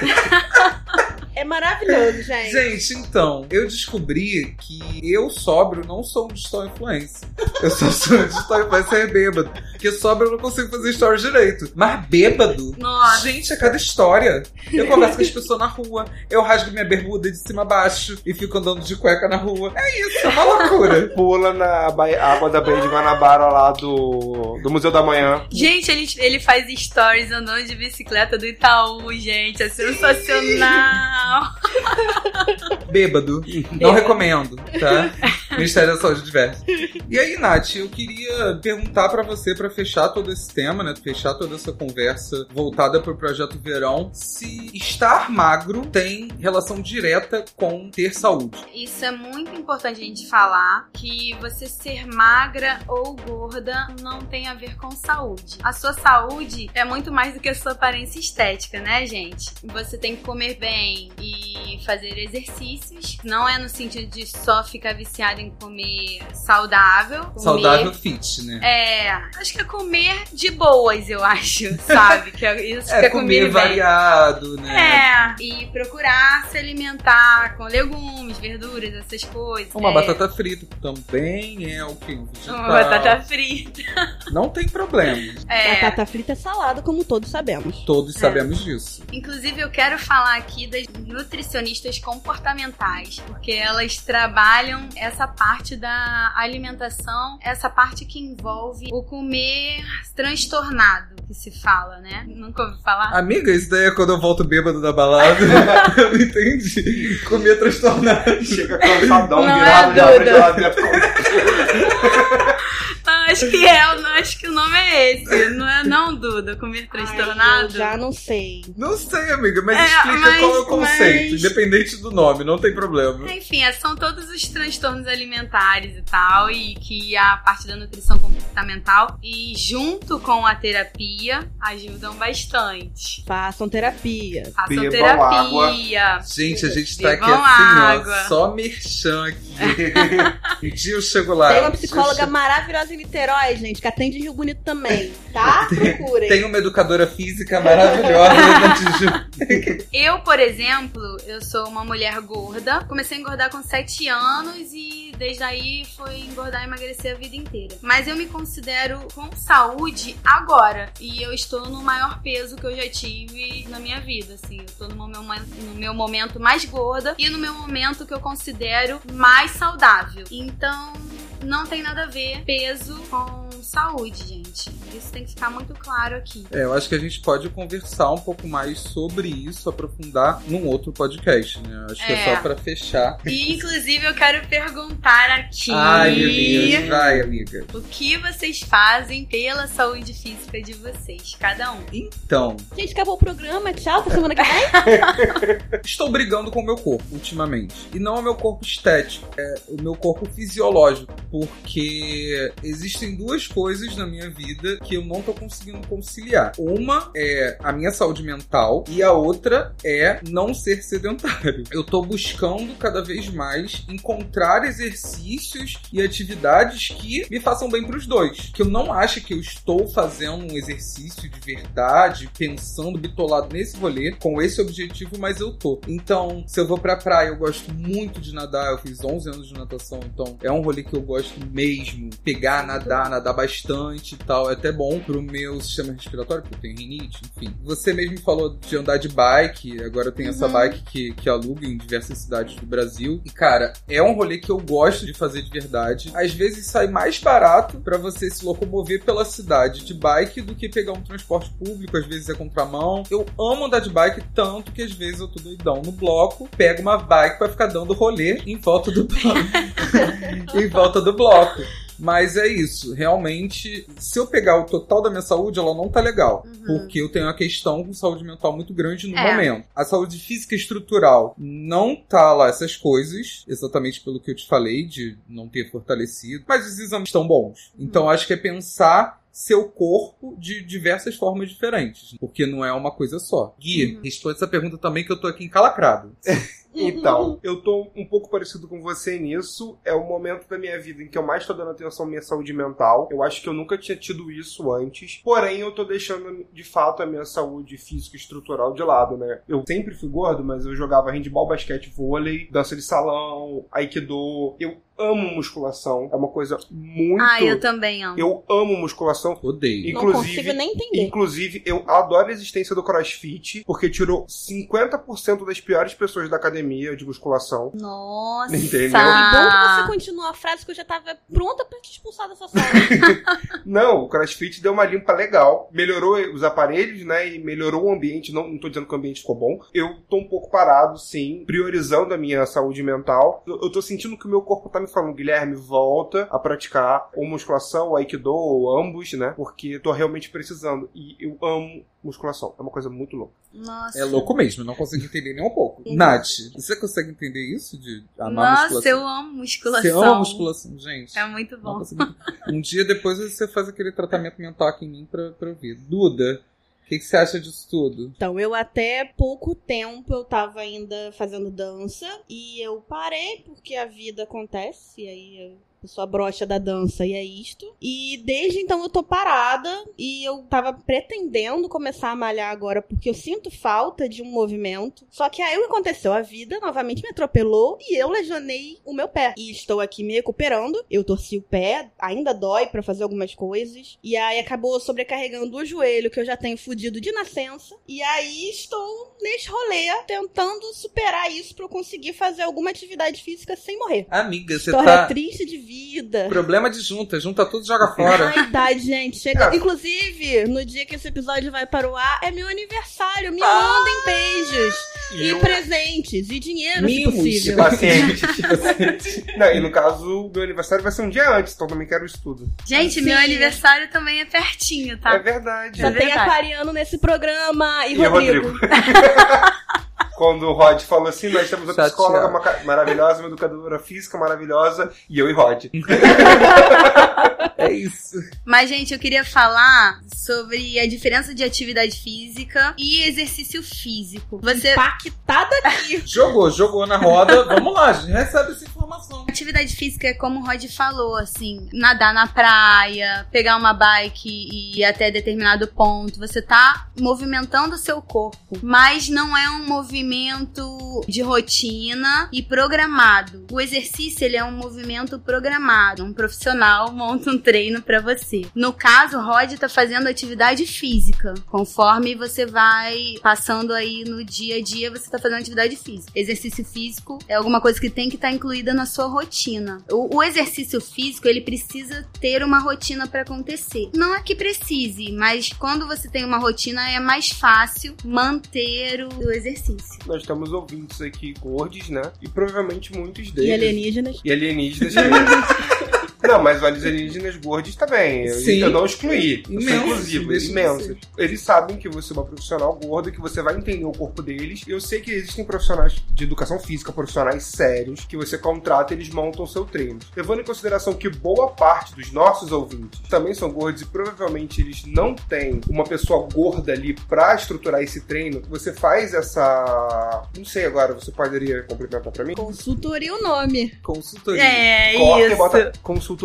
É maravilhoso, gente. Gente, então, eu descobri que eu sóbrio não sou um digital influencer. Eu só sou um digital influencer bêbado. Porque sóbrio eu não consigo fazer história direito. Mas bêbado, Nossa. gente, é cada história. Eu converso com as pessoas na rua, eu rasgo minha bermuda de cima a baixo e fico andando de cueca na rua. É isso, é uma loucura. Pula na água da Baía de Guanabara lá do Museu da Manhã. Gente, ele faz stories andando de bicicleta do Itaú, gente. É sensacional. Bêbado. Não recomendo, tá? Ministério da Saúde diverte. E aí, Nath, eu queria perguntar pra você, pra fechar todo esse tema, né? Fechar toda essa conversa voltada pro Projeto Verão, se estar magro tem relação direta com ter saúde. Isso é muito importante a gente falar, que você ser magra ou gorda não tem a ver com saúde. A sua saúde é muito mais do que a sua aparência estética, né, gente? Você tem que comer bem e fazer exercícios. Não é no sentido de só ficar viciado em comer saudável. Saudável fit, né? Acho que é comer de boas, eu acho, sabe? Que é isso que é comer bem. variado, né? E procurar se alimentar com legumes, verduras, essas coisas. Uma batata frita também é o que? Um vegetal. Uma batata frita. Não tem problema. Batata frita é salada, como todos sabemos. Todos sabemos disso. Inclusive, eu quero falar aqui das nutricionistas comportamentais, porque elas trabalham essa parte da alimentação, essa parte que envolve o comer transtornado, que se fala, né? Nunca ouvi falar? Amiga, isso daí é quando eu volto bêbado da balada. Eu não entendi. Comer transtornado. Chega cansadão, Não virado é, já Duda? pra geladeira. Não, acho que o nome é esse. Não é não, Duda? Comer transtornado? Eu já não sei. Não sei, amiga, mas explica qual é o conceito. Independente do nome, não tem problema. Enfim, são todos os transtornos alimentares e tal, e que a parte da nutrição comportamental e junto com a terapia ajudam bastante. Façam terapia. Façam Bebam terapia. Gente, a gente tá aqui Bebam assim, água. ó, só merchan aqui. Um dia eu chego lá. Tem uma psicóloga maravilhosa em Niterói, gente, que atende em Rio Bonito também, tá? Procurem. Tem uma educadora física maravilhosa na Tijuca. Eu, por exemplo, eu sou uma mulher gorda. Comecei a engordar com 7 anos e desde aí foi engordar e emagrecer a vida inteira. Mas eu me considero com saúde agora. E eu estou no maior peso que eu já tive na minha vida, assim. Eu tô no meu momento mais gorda e no meu momento que eu considero mais saudável. Então, não tem nada a ver peso com saúde, gente. Isso tem que ficar muito claro aqui. Eu acho que a gente pode conversar um pouco mais sobre isso, aprofundar num outro podcast, né? Acho que é só pra fechar. E, inclusive, eu quero perguntar aqui... Ai, meu Deus. Vai, amiga. O que vocês fazem pela saúde física de vocês, cada um? Então... Gente, acabou o programa. Tchau, até semana que vem. Estou brigando com o meu corpo, ultimamente. E não é o meu corpo estético, é o meu corpo fisiológico. Porque existem duas coisas na minha vida que eu não tô conseguindo conciliar. Uma é a minha saúde mental e a outra é não ser sedentário. Eu tô buscando cada vez mais encontrar exercícios e atividades que me façam bem pros dois. Que eu não acho que eu estou fazendo um exercício de verdade, pensando bitolado nesse rolê, com esse objetivo, mas eu tô. Então, se eu vou pra praia, eu gosto muito de nadar. Eu fiz 11 anos de natação, então é um rolê que eu gosto mesmo. Pegar, nadar bastante e tal. É até bom pro meu sistema respiratório, porque eu tenho rinite, enfim. Você mesmo falou de andar de bike, agora eu tenho essa bike que aluga em diversas cidades do Brasil. E, cara, é um rolê que eu gosto de fazer de verdade. Às vezes sai mais barato pra você se locomover pela cidade de bike do que pegar um transporte público, às vezes é contramão. Eu amo andar de bike tanto que às vezes eu tô doidão no bloco, pego uma bike pra ficar dando rolê em volta do bloco. Em volta do bloco. Mas é isso, realmente, se eu pegar o total da minha saúde, ela não tá legal. Porque eu tenho uma questão com saúde mental muito grande no momento. A saúde física e estrutural não tá lá essas coisas, exatamente pelo que eu te falei, de não ter fortalecido. Mas os exames estão bons. Então acho que é pensar seu corpo de diversas formas diferentes. Porque não é uma coisa só. Gui, responde essa pergunta também que eu tô aqui encalacrado. Então, eu tô um pouco parecido com você nisso. É o momento da minha vida em que eu mais tô dando atenção à minha saúde mental. Eu acho que eu nunca tinha tido isso antes. Porém, eu tô deixando, de fato, a minha saúde física e estrutural de lado, né? Eu sempre fui gordo, mas eu jogava handball, basquete, vôlei, dança de salão, aikido. Eu amo musculação. É uma coisa muito... eu também amo. Eu amo musculação. Odeio. Não consigo nem entender. Inclusive, eu adoro a existência do CrossFit, porque tirou 50% das piores pessoas da academia de musculação. Nossa! Entendeu? E bom que você continua a frase que eu já tava pronta pra te expulsar dessa sala. Não, o CrossFit deu uma limpa legal. Melhorou os aparelhos, né? E melhorou o ambiente. Não tô dizendo que o ambiente ficou bom. Eu tô um pouco parado, sim. Priorizando a minha saúde mental. Eu tô sentindo que o meu corpo tá me falando, Guilherme, volta a praticar ou musculação, ou aikido, ou ambos, né? Porque eu tô realmente precisando. E eu amo musculação. É uma coisa muito louca. Nossa. É louco mesmo, não consigo entender nem um pouco. Nath, você consegue entender isso? De amar musculação? Nossa, eu amo musculação. Você ama musculação, gente? É muito bom. Um dia depois você faz aquele tratamento mental aqui em mim pra eu ver. Duda, o que você acha disso tudo? Então, eu até pouco tempo eu tava ainda fazendo dança e eu parei porque a vida acontece e aí eu sou a brocha da dança e é isto. E desde então eu tô parada e eu tava pretendendo começar a malhar agora porque eu sinto falta de um movimento. Só que aí o que aconteceu? A vida novamente me atropelou e eu lesionei o meu pé. E estou aqui me recuperando. Eu torci o pé, ainda dói pra fazer algumas coisas. E aí acabou sobrecarregando o joelho que eu já tenho fudido de nascença. E aí estou nesse rolê tentando superar isso pra eu conseguir fazer alguma atividade física sem morrer. Amiga, você História tá... triste de vida. Problema de junta tudo e joga fora. Ai, idade, gente. Chega. Inclusive, no dia que esse episódio vai para o ar, é meu aniversário. Me mandem beijos. E presentes. E dinheiro, Mimos, se possível. Paciente. Não, e no caso, meu aniversário vai ser um dia antes, então também quero isso tudo. Gente, Sim. meu aniversário também é pertinho, tá? É verdade. Só tem verdade. aquariano nesse programa. E E o Rodrigo. Quando o Rod falou assim, nós temos outra Chateado. psicóloga maravilhosa, uma educadora física maravilhosa, e eu e Rod. É isso. Mas, gente, eu queria falar sobre a diferença de atividade física e exercício físico. Você... Impactada aqui. Jogou na roda. Vamos lá, a gente recebe essa informação. Atividade física é como o Rod falou, assim, nadar na praia, pegar uma bike e ir até determinado ponto. Você tá movimentando o seu corpo, mas não é um movimento de rotina e programado. O exercício, ele é um movimento programado. Um profissional monta um treino pra você. No caso, o Rod tá fazendo atividade física. Conforme você vai passando aí no dia a dia, você tá fazendo atividade física. Exercício físico é alguma coisa que tem que estar incluída na sua rotina. rotina. O exercício físico, ele precisa ter uma rotina para acontecer. Não é que precise, mas quando você tem uma rotina é mais fácil manter o exercício. Nós temos ouvintes aqui gordos, né? E provavelmente muitos deles. E alienígenas. E alienígenas também. Não, mas os alienígenas gordos também. Eu não excluí. Inclusive, imensos. Eles sabem que você é uma profissional gorda, que você vai entender o corpo deles. E eu sei que existem profissionais de educação física, profissionais sérios, que você contrata e eles montam o seu treino. Levando em consideração que boa parte dos nossos ouvintes também são gordos e provavelmente eles não têm uma pessoa gorda ali pra estruturar esse treino, você faz essa... Não sei agora, você poderia complementar pra mim? Consultoria é o nome. Consultoria. Corta isso. e bota consultoria.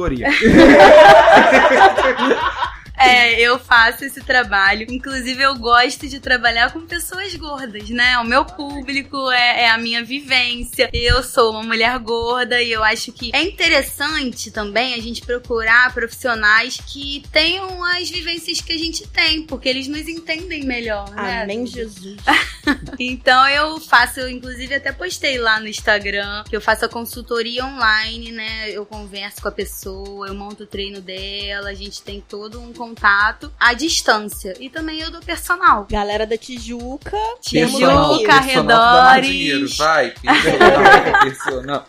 Eu faço esse trabalho. Inclusive, eu gosto de trabalhar com pessoas gordas, né? O meu público é a minha vivência. Eu sou uma mulher gorda e eu acho que é interessante também a gente procurar profissionais que tenham as vivências que a gente tem, porque eles nos entendem melhor, né? Amém, Jesus. Então, eu faço, inclusive, até postei lá no Instagram, que eu faço a consultoria online, né? Eu converso com a pessoa, eu monto o treino dela, a gente tem todo um contato à distância. E também eu dou personal. Galera da Tijuca. Tijuca, arredores. Vai, personal.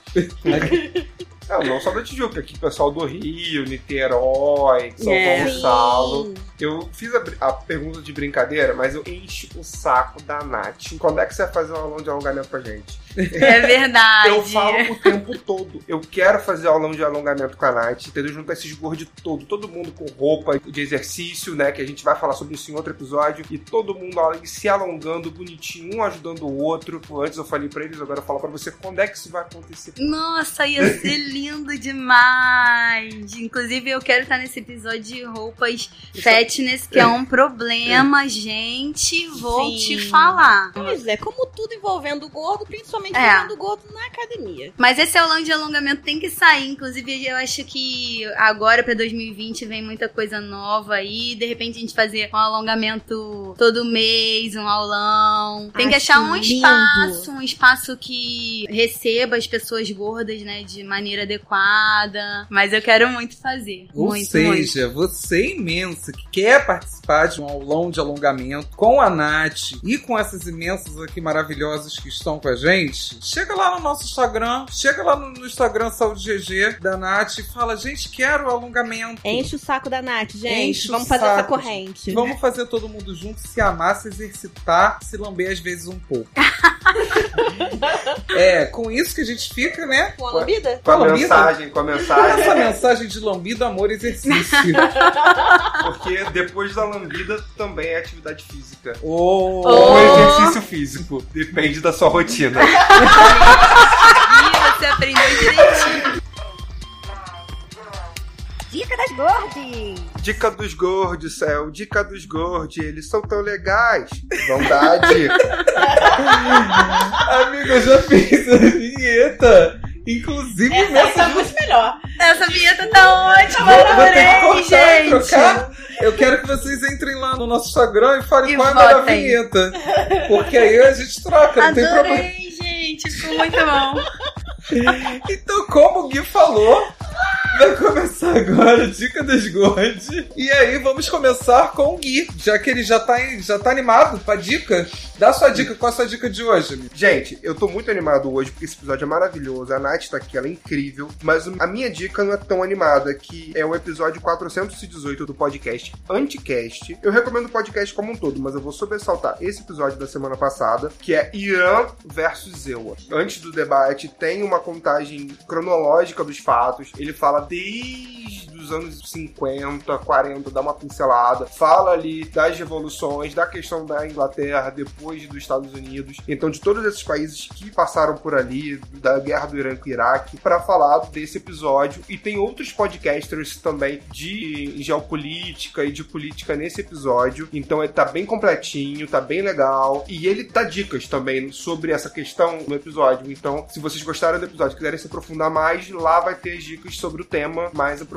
Não só da Tijuca, aqui o pessoal do Rio, Niterói, São Gonçalo. Eu fiz a pergunta de brincadeira, mas eu encho o saco da Nath. Quando é que você vai fazer um aulão de alongamento pra gente? É verdade. Eu falo o tempo todo. Eu quero fazer aulão de alongamento com a Nath, entendeu? Juntar esses gordos todo mundo com roupa de exercício, né? Que a gente vai falar sobre isso em outro episódio. E todo mundo ali se alongando, bonitinho, um ajudando o outro. Antes eu falei pra eles, agora eu falo pra você quando é que isso vai acontecer. Nossa, ia ser lindo demais. Inclusive, eu quero estar nesse episódio de roupas fitness, que é um problema, gente. Vou te falar. Pois é, como tudo envolvendo o gordo, principalmente envolvendo o gordo na academia. Mas esse aulão de alongamento tem que sair. Inclusive, eu acho que agora pra 2020 vem muita coisa nova aí. De repente, a gente fazer um alongamento todo mês, um aulão. Tem que achar um espaço que receba as pessoas gordas, né, de maneira adequada. Mas eu quero muito fazer. Ou seja, você imensa que quer participar de um aulão de alongamento com a Nath e com essas imensas aqui maravilhosas que estão com a gente, chega lá no nosso Instagram, chega lá no Instagram Saúde GG da Nath e fala, gente, quero alongamento. Enche o saco da Nath, gente. Enche Vamos o fazer saco, essa corrente. Vamos fazer todo mundo junto, se amar, se exercitar, se lamber às vezes um pouco. Com isso que a gente fica, né? Com a lambida? Com a mensagem. Essa mensagem de lambida, amor e exercício. Porque depois da lambida também é atividade física. Ou exercício físico. Depende da sua rotina. Você aprendeu direitinho. Dica das gordes. Dica dos gordos, Céu. Dica dos gordos. Eles são tão legais. Vão dar a dica. Amiga, eu já fiz a vinheta. Inclusive, essa é muito melhor. Essa vinheta tá ótima, vou ter que adorei, cortar e gente. trocar. Eu quero que vocês entrem lá no nosso Instagram e falem E qual é a melhor votem. vinheta. Porque aí a gente troca, não tem problema. Adorei, gente. Ficou muito bom. Então, como o Gui falou, vai começar agora a Dica dos Gordos. E aí, vamos começar com o Gui. Já que ele já tá animado pra dica, dá sua dica. Qual é a sua dica de hoje, amigo? Gente, eu tô muito animado hoje porque esse episódio é maravilhoso. A Nath tá aqui, ela é incrível. Mas a minha dica não é tão animada, que é o episódio 418 do podcast Anticast. Eu recomendo o podcast como um todo, mas eu vou sobressaltar esse episódio da semana passada, que é Irã versus EUA. Antes do debate, tem uma contagem cronológica dos fatos. Ele fala desde os anos 50, 40, dá uma pincelada. Fala ali das revoluções, da questão da Inglaterra, depois dos Estados Unidos. Então, de todos esses países que passaram por ali, da guerra do Irã com o Iraque, para falar desse episódio. E tem outros podcasters também de geopolítica e de política nesse episódio. Então, ele tá bem completinho, tá bem legal. E ele dá dicas também sobre essa questão no episódio. Então, se vocês gostaram do episódio e quiserem se aprofundar mais, lá vai ter dicas sobre o tema mais aprofundado.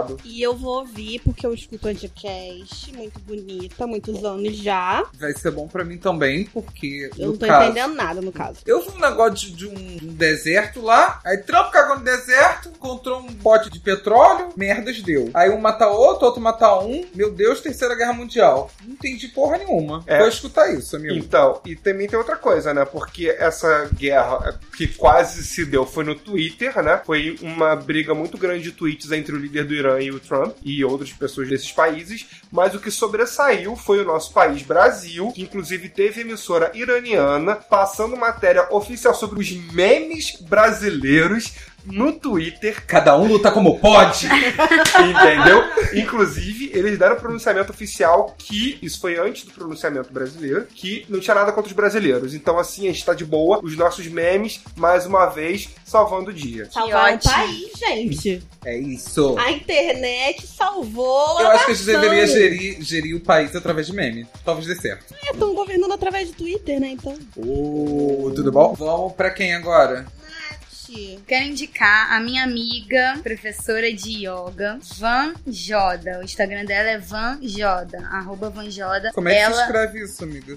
passado. E eu vou ouvir, porque eu escuto podcast, muito bonita, há muitos anos já. Vai ser bom pra mim também, porque Eu não tô caso, entendendo nada, no caso. eu vi um negócio de um deserto lá, aí Trump cagou no deserto, encontrou um pote de petróleo, merdas deu. Aí um mata outro mata um, meu Deus, Terceira Guerra Mundial. Não entendi porra nenhuma. Vou escutar isso, amigo. Então, e também tem outra coisa, né? Porque essa guerra que quase se deu foi no Twitter, né? Foi uma briga muito grande de tweets entre o líder do Irã e o Trump e outras pessoas desses países, mas o que sobressaiu foi o nosso país, Brasil, que inclusive teve emissora iraniana passando matéria oficial sobre os memes brasileiros no Twitter. Cada um luta como pode. Entendeu? Inclusive, eles deram pronunciamento oficial que, isso foi antes do pronunciamento brasileiro, que não tinha nada contra os brasileiros. Então, assim, a gente tá de boa. Os nossos memes, mais uma vez, salvando o dia. Salvar o ótimo. país, gente. É isso. A internet salvou. Eu acho que a gente nação. deveria gerir o país através de meme. Talvez dê certo. Estão governando através do Twitter, né, então. Tudo bom? Vamos pra quem agora? Quero indicar a minha amiga, professora de yoga, Van Joda. O Instagram dela é Van Joda, @vanjoda. Como é que ela se escreve isso, amiga?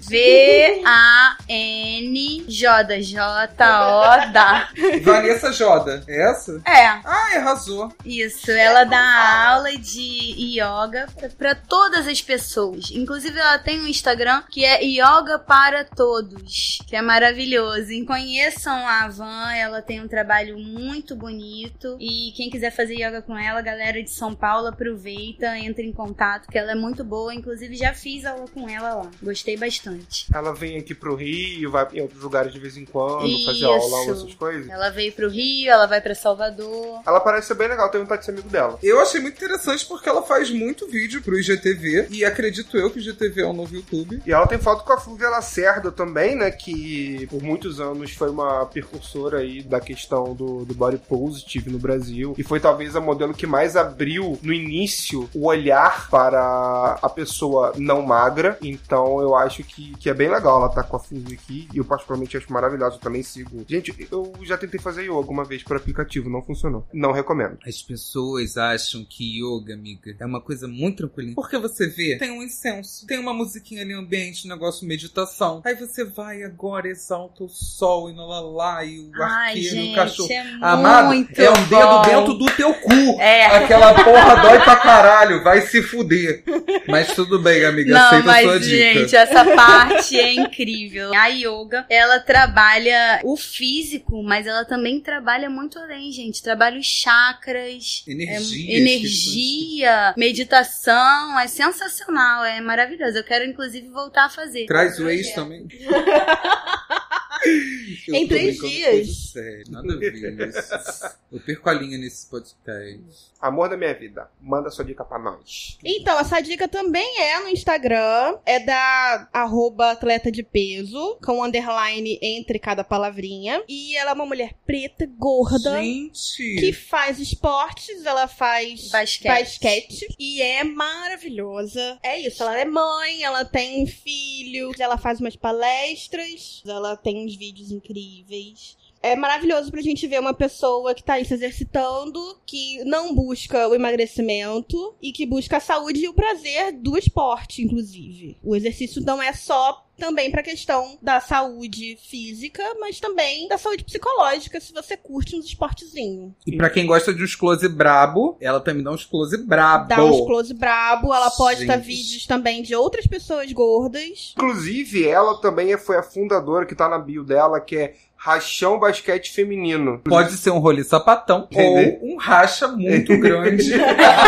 VAN Joda, J-O-D-A. Vanessa Joda. É essa? É, Arrasou. isso. Ela dá aula de yoga pra todas as pessoas. Inclusive, ela tem um Instagram que é Yoga para Todos, que é maravilhoso. E conheçam a Van, ela tem um trabalho muito bonito. E quem quiser fazer yoga com ela, galera de São Paulo, aproveita, entra em contato, que ela é muito boa. Inclusive, já fiz aula com ela lá. Gostei bastante. Ela vem aqui pro Rio, vai em outros lugares de vez em quando, fazer Isso. aula, essas coisas. Ela veio pro Rio, ela vai pra Salvador. Ela parece ser bem legal, tenho vontade de ser amigo dela. Eu achei muito interessante porque ela faz muito vídeo pro IGTV. E acredito eu que o IGTV é um novo YouTube. E ela tem foto com a Flúvia Lacerda também, né? Que por muitos anos foi uma precursora aí da questão do body positive no Brasil. E foi talvez a modelo que mais abriu no início o olhar para a pessoa não magra. Então eu acho que é bem legal ela tá com a Flúvia aqui. E eu particularmente acho maravilhosa, eu também sigo. Gente, eu já tentei fazer yoga uma vez por aplicativo, não funcionou. Não recomendo. As pessoas acham que yoga, amiga, é uma coisa muito tranquilinha. Porque você vê, tem um incenso, tem uma musiquinha ali no ambiente, um negócio meditação. Aí você vai agora, exalta o sol e no lalá e o arqueiro e o cachorro. É Amado, muito é um dedo bom. dentro do teu cu. É. Aquela porra dói pra caralho, vai se fuder. Mas tudo bem, amiga, Não, aceita a sua mas, dica. gente, essa parte é incrível. A yoga, ela trabalha o físico, mas ela também trabalha muito além, gente. Trabalha os chakras, energia, meditação. É sensacional, é maravilhoso. Eu quero, inclusive, voltar a fazer. Traz o ex também. Em 3 dias. Sério, nada a ver isso. Eu perco a linha nesse podcast. Amor da minha vida, manda sua dica pra nós. Então, essa dica também é no Instagram. É da @atleta de peso, com underline entre cada palavrinha. E ela é uma mulher preta, gorda, Gente! que faz esportes. Ela faz Basquete. E é maravilhosa. É isso, ela é mãe, ela tem filho, ela faz umas palestras, ela tem uns vídeos incríveis. É maravilhoso pra gente ver uma pessoa que tá aí se exercitando, que não busca o emagrecimento e que busca a saúde e o prazer do esporte, inclusive. O exercício não é só também pra questão da saúde física, mas também da saúde psicológica, se você curte uns esportezinhos. E pra quem gosta de uns close brabo, ela também dá uns close brabo. Dá uns close brabo, ela posta Gente. vídeos também de outras pessoas gordas. Inclusive, ela também foi a fundadora, que tá na bio dela, que é Rachão Basquete Feminino. Pode ser um rolê sapatão Entendeu? ou um racha muito grande de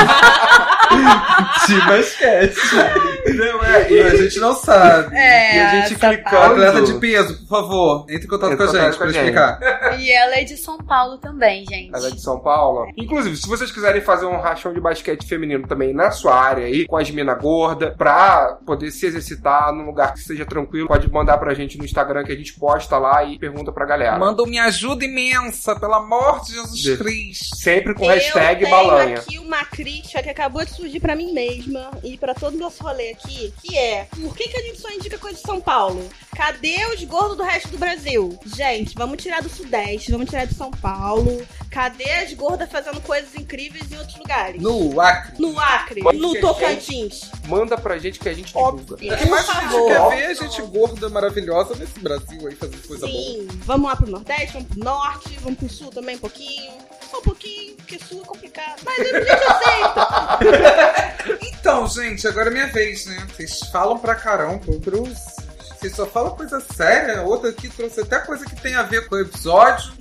basquete. Não é? E a gente não sabe. E a gente clicando. Atleta de peso, por favor, entre em contato com a gente pra explicar. E ela é de São Paulo também, gente. Ela é de São Paulo. Inclusive, se vocês quiserem fazer um rachão de basquete feminino também na sua área aí, com as minas gordas, pra poder se exercitar num lugar que seja tranquilo, pode mandar pra gente no Instagram que a gente posta lá e pergunta pra galera. Manda uma ajuda imensa, pelo amor de Jesus Cristo. Sempre com hashtag Eu balanha. tenho aqui uma crítica que acabou de surgir pra mim mesma e pra todo o nosso rolê aqui, que é, por que a gente só indica coisa de São Paulo? Cadê os gordos do resto do Brasil? Gente, vamos tirar do Sudeste, vamos tirar de São Paulo. Cadê as gordas fazendo coisas incríveis em outros lugares? No Acre. No Acre, no Tocantins. Manda pra gente que a gente divulga. Mas a gente quer ver a gente gorda, maravilhosa nesse Brasil aí fazendo coisa boa. Sim, vamos lá pro Nordeste, vamos pro Norte, vamos pro Sul também um pouquinho. Só um pouquinho, porque Sul é complicado. Mas a gente aceita. Então, gente, agora é minha vez, né? Vocês falam pra caramba, vocês só falam coisa séria. O outro aqui trouxe até coisa que tem a ver com o episódio.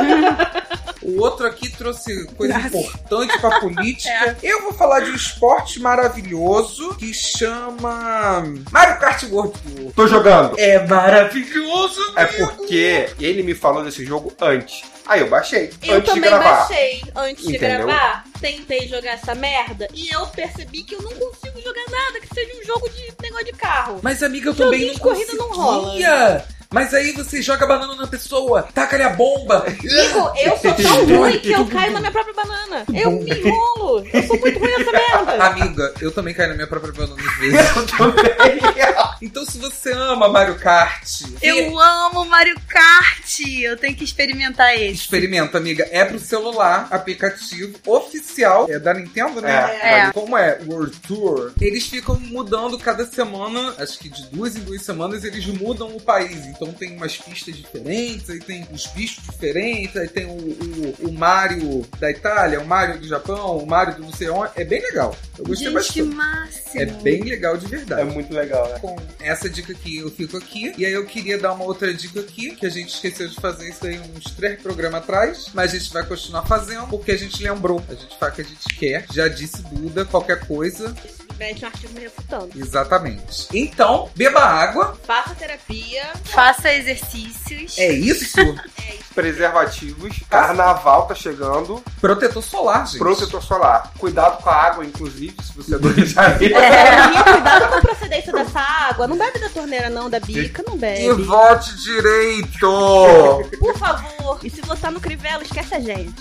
O outro aqui trouxe coisa importante pra política. Eu vou falar de um esporte maravilhoso que chama Mario Kart World. Tô jogando. É maravilhoso, É porque ele me falou desse jogo antes. Aí eu baixei. Eu antes de também gravar. baixei antes de Entendeu? gravar. Tentei jogar essa merda e eu percebi que eu não consigo jogar nada que seja um jogo de negócio de carro. Mas, amiga, eu também não de corrida conseguia. não rola. Mas aí você joga banana na pessoa, taca-lhe a bomba. Amigo, eu sou tão ruim que eu caio na minha própria banana. Eu me enrolo. Eu sou muito ruim nessa merda. Amiga, eu também caio na minha própria banana às vezes. Eu também. Então, se você ama Mario Kart... Eu amo Mario Kart. Eu tenho que experimentar esse. Experimenta, amiga. É pro celular, aplicativo oficial. É da Nintendo, né? É. Como é? World Tour. Eles ficam mudando cada semana, acho que de 2 em 2 semanas, eles mudam o país. Então tem umas pistas diferentes, aí tem os bichos diferentes, aí tem o Mario da Itália, o Mario do Japão, o Mario do não sei onde. É bem legal. Eu gostei Gente, bastante. que máximo. É bem legal de verdade. É muito legal, né? Com essa dica aqui, eu fico aqui. E aí eu queria dar uma outra dica aqui, que a gente esqueceu de fazer isso aí uns 3 programas atrás, mas a gente vai continuar fazendo, porque a gente lembrou. A gente faz o que a gente quer. Já disse Duda, qualquer coisa. Mete um artigo me refutando. Exatamente. Então, beba água. Faça terapia. Faça exercícios. É isso. Preservativos. Carnaval tá chegando. Protetor solar, gente. Protetor solar. Cuidado com a água, inclusive, se você é do Rio de Janeiro. E cuidado com a procedência dessa água. Não bebe da torneira, não, da bica, não E bebe. vote direito. Por favor. E se você tá no Crivella, esquece a gente.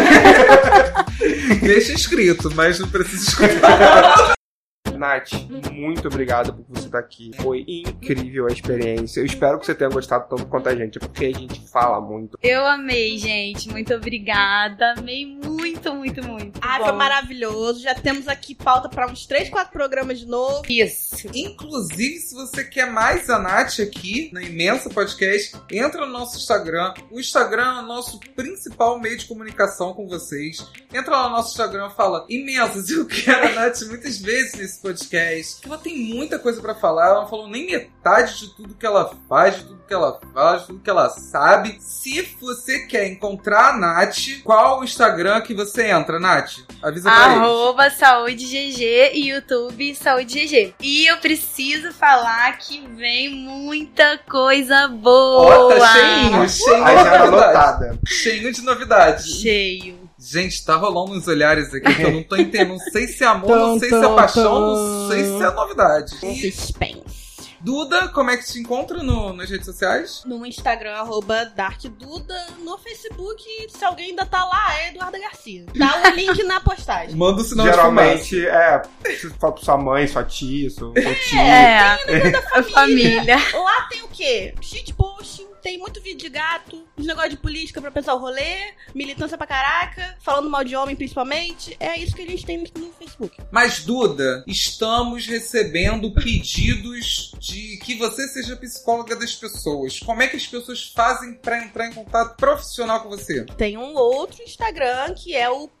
Deixa escrito, mas não precisa escutar. Nath, muito obrigado por você estar aqui. Foi incrível a experiência. Eu espero que você tenha gostado tanto quanto a gente, porque a gente fala muito. Eu amei, gente. Muito obrigada. Amei muito, muito, muito. Ai, foi maravilhoso. Já temos aqui pauta pra uns 3, 4 programas de novo. Isso. Inclusive, se você quer mais a Nath aqui, na Imensa Podcast, entra no nosso Instagram. O Instagram é o nosso principal meio de comunicação com vocês. Entra lá no nosso Instagram e fala: Imensas, eu quero a Nath muitas vezes nesse podcast. Ela tem muita coisa pra falar. Ela não falou nem metade de tudo que ela faz, de tudo que ela faz, de tudo que ela sabe. Se você quer encontrar a Nath, qual o Instagram que você entra, Nath? Avisa pra eles. @SaúdeGG e YouTube SaúdeGG. E eu preciso falar que vem muita coisa boa. Ó, tá cheinho Aí de já era novidade. lotada. Cheio de novidades. Cheio. Gente, tá rolando uns olhares aqui que eu não tô entendendo. Não sei se é amor, não sei se é paixão, não sei se é novidade. E, Suspense. Duda, como é que te encontra nas redes sociais? No Instagram, @DarkDuda. No Facebook, se alguém ainda tá lá, é Eduarda Garcia. Dá o link na postagem. Manda o sinal Geralmente, de se for pra sua mãe, sua tia, seu tio. A família. Lá tem o quê? Shitposting, tem muito vídeo de gato, uns negócios de política pra pensar o rolê, militância pra caraca, falando mal de homem principalmente. É isso que a gente tem no Facebook. Mas, Duda, estamos recebendo pedidos de que você seja psicóloga das pessoas. Como é que as pessoas fazem pra entrar em contato profissional com você? Tem um outro Instagram que é o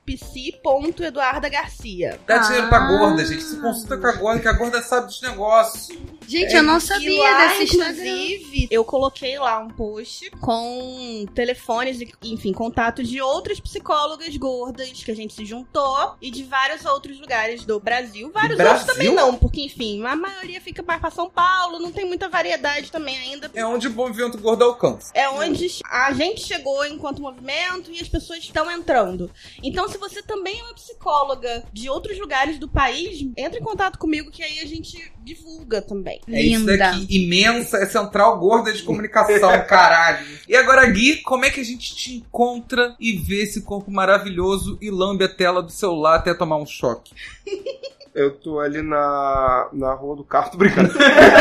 psi.eduardagarcia. Dá dinheiro pra gorda, gente. Se consulta com a gorda, que a gorda sabe dos negócios. Gente, eu não E sabia lá, desse Instagram. inclusive, eu coloquei lá um post com telefones e, enfim, contato de outras psicólogas gordas que a gente se juntou e de vários outros lugares do Brasil. Vários Brasil? outros também não, porque, enfim, a maioria fica mais pra São Paulo, não tem muita variedade também ainda. É onde o movimento gordo alcança. É onde a gente chegou enquanto movimento e as pessoas estão entrando. Então, se você também é uma psicóloga de outros lugares do país, entre em contato comigo que aí a gente divulga também. É isso Linda. daqui, Imensa, é Central Gorda de Comunicação. Caralho. E agora, Gui, como é que a gente te encontra e vê esse corpo maravilhoso e lambe a tela do celular até tomar um choque? Eu tô ali na Rua do Carro, tô brincando.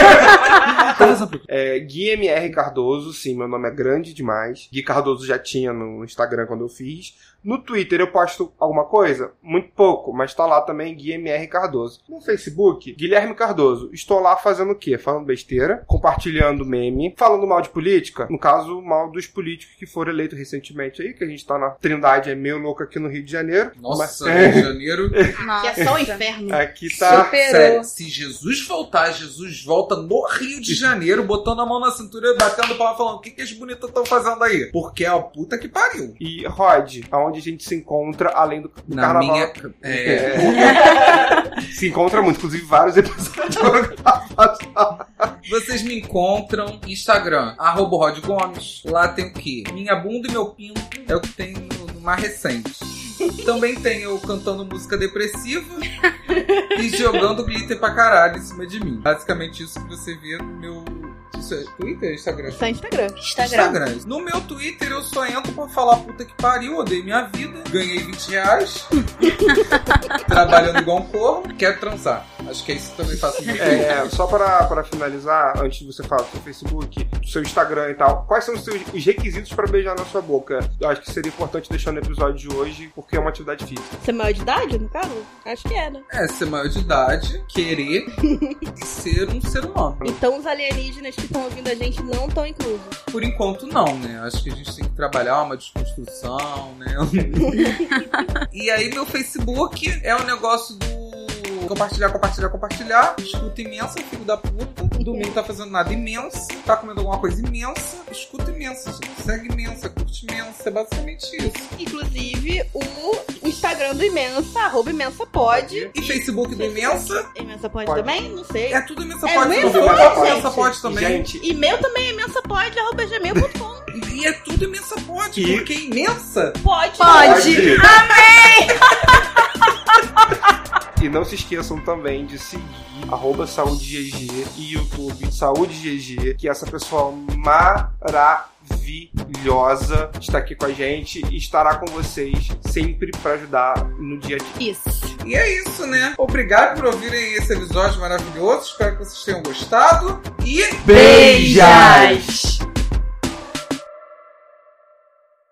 Gui MR Cardoso, sim, meu nome é grande demais. Gui Cardoso já tinha no Instagram quando eu fiz. No Twitter eu posto alguma coisa? Muito pouco, mas tá lá também Gui MR Cardoso. No Facebook, Guilherme Cardoso. Estou lá fazendo o quê? Falando besteira, compartilhando meme, falando mal de política. No caso, mal dos políticos que foram eleitos recentemente aí, que a gente tá na Trindade, é meio louco aqui no Rio de Janeiro. Nossa, Rio de Janeiro. Que é só o inferno. Aqui tá... Sério, se Jesus voltar, Jesus volta no Rio de Janeiro, botando a mão na cintura e batendo palma falando o que as bonitas estão fazendo aí? Porque é a puta que pariu. E, Rod, aonde a gente se encontra além do na carnaval? Minha... Se encontra muito, inclusive vários episódios. Vocês me encontram no Instagram, @RodGomes. Lá tem o quê? Minha bunda e meu pinto é o que tem no mais recente. Também tem eu cantando música depressiva e jogando glitter pra caralho em cima de mim. Basicamente isso que você vê no meu... Isso é Twitter ou Instagram? Só Instagram. Instagram. No meu Twitter eu só entro pra falar puta que pariu, odeio minha vida, ganhei R$20, trabalhando igual um corno, quero transar. Acho que é isso que também faço no meu Só para finalizar, antes de você falar do seu Facebook, do seu Instagram e tal, quais são os requisitos para beijar na sua boca? Eu acho que seria importante deixar no episódio de hoje, porque é uma atividade física. Ser maior de idade, no caso? Acho que é, né? Ser maior de idade, querer e ser um ser humano. Então os alienígenas que estão ouvindo a gente não estão inclusos. Por enquanto não, né? Acho que a gente tem que trabalhar uma desconstrução, né? E aí meu Facebook é um negócio do compartilhar. Escuta imensa, filho da puta. Domingo tá fazendo nada imenso. Tá comendo alguma coisa imensa. Escuta imensa, gente. Segue imensa, curte imensa. É basicamente isso. Inclusive, o Instagram do Imensa, @ImensaPod. E Facebook do Imensa. Imensa Pode também? Não sei. É tudo Imensa É Pode. mesmo? Imensa Pode também. Gente, E meu também é imensapod@gmail.com. E é tudo Imensa Pode. Porque imensa Pode. E não se esqueçam também de seguir @SaúdeGG e YouTube SaúdeGG, que essa pessoa maravilhosa está aqui com a gente e estará com vocês sempre para ajudar no dia a dia. Isso. E é isso, né? Obrigado por ouvirem esse episódio maravilhoso. Espero que vocês tenham gostado. E Beija!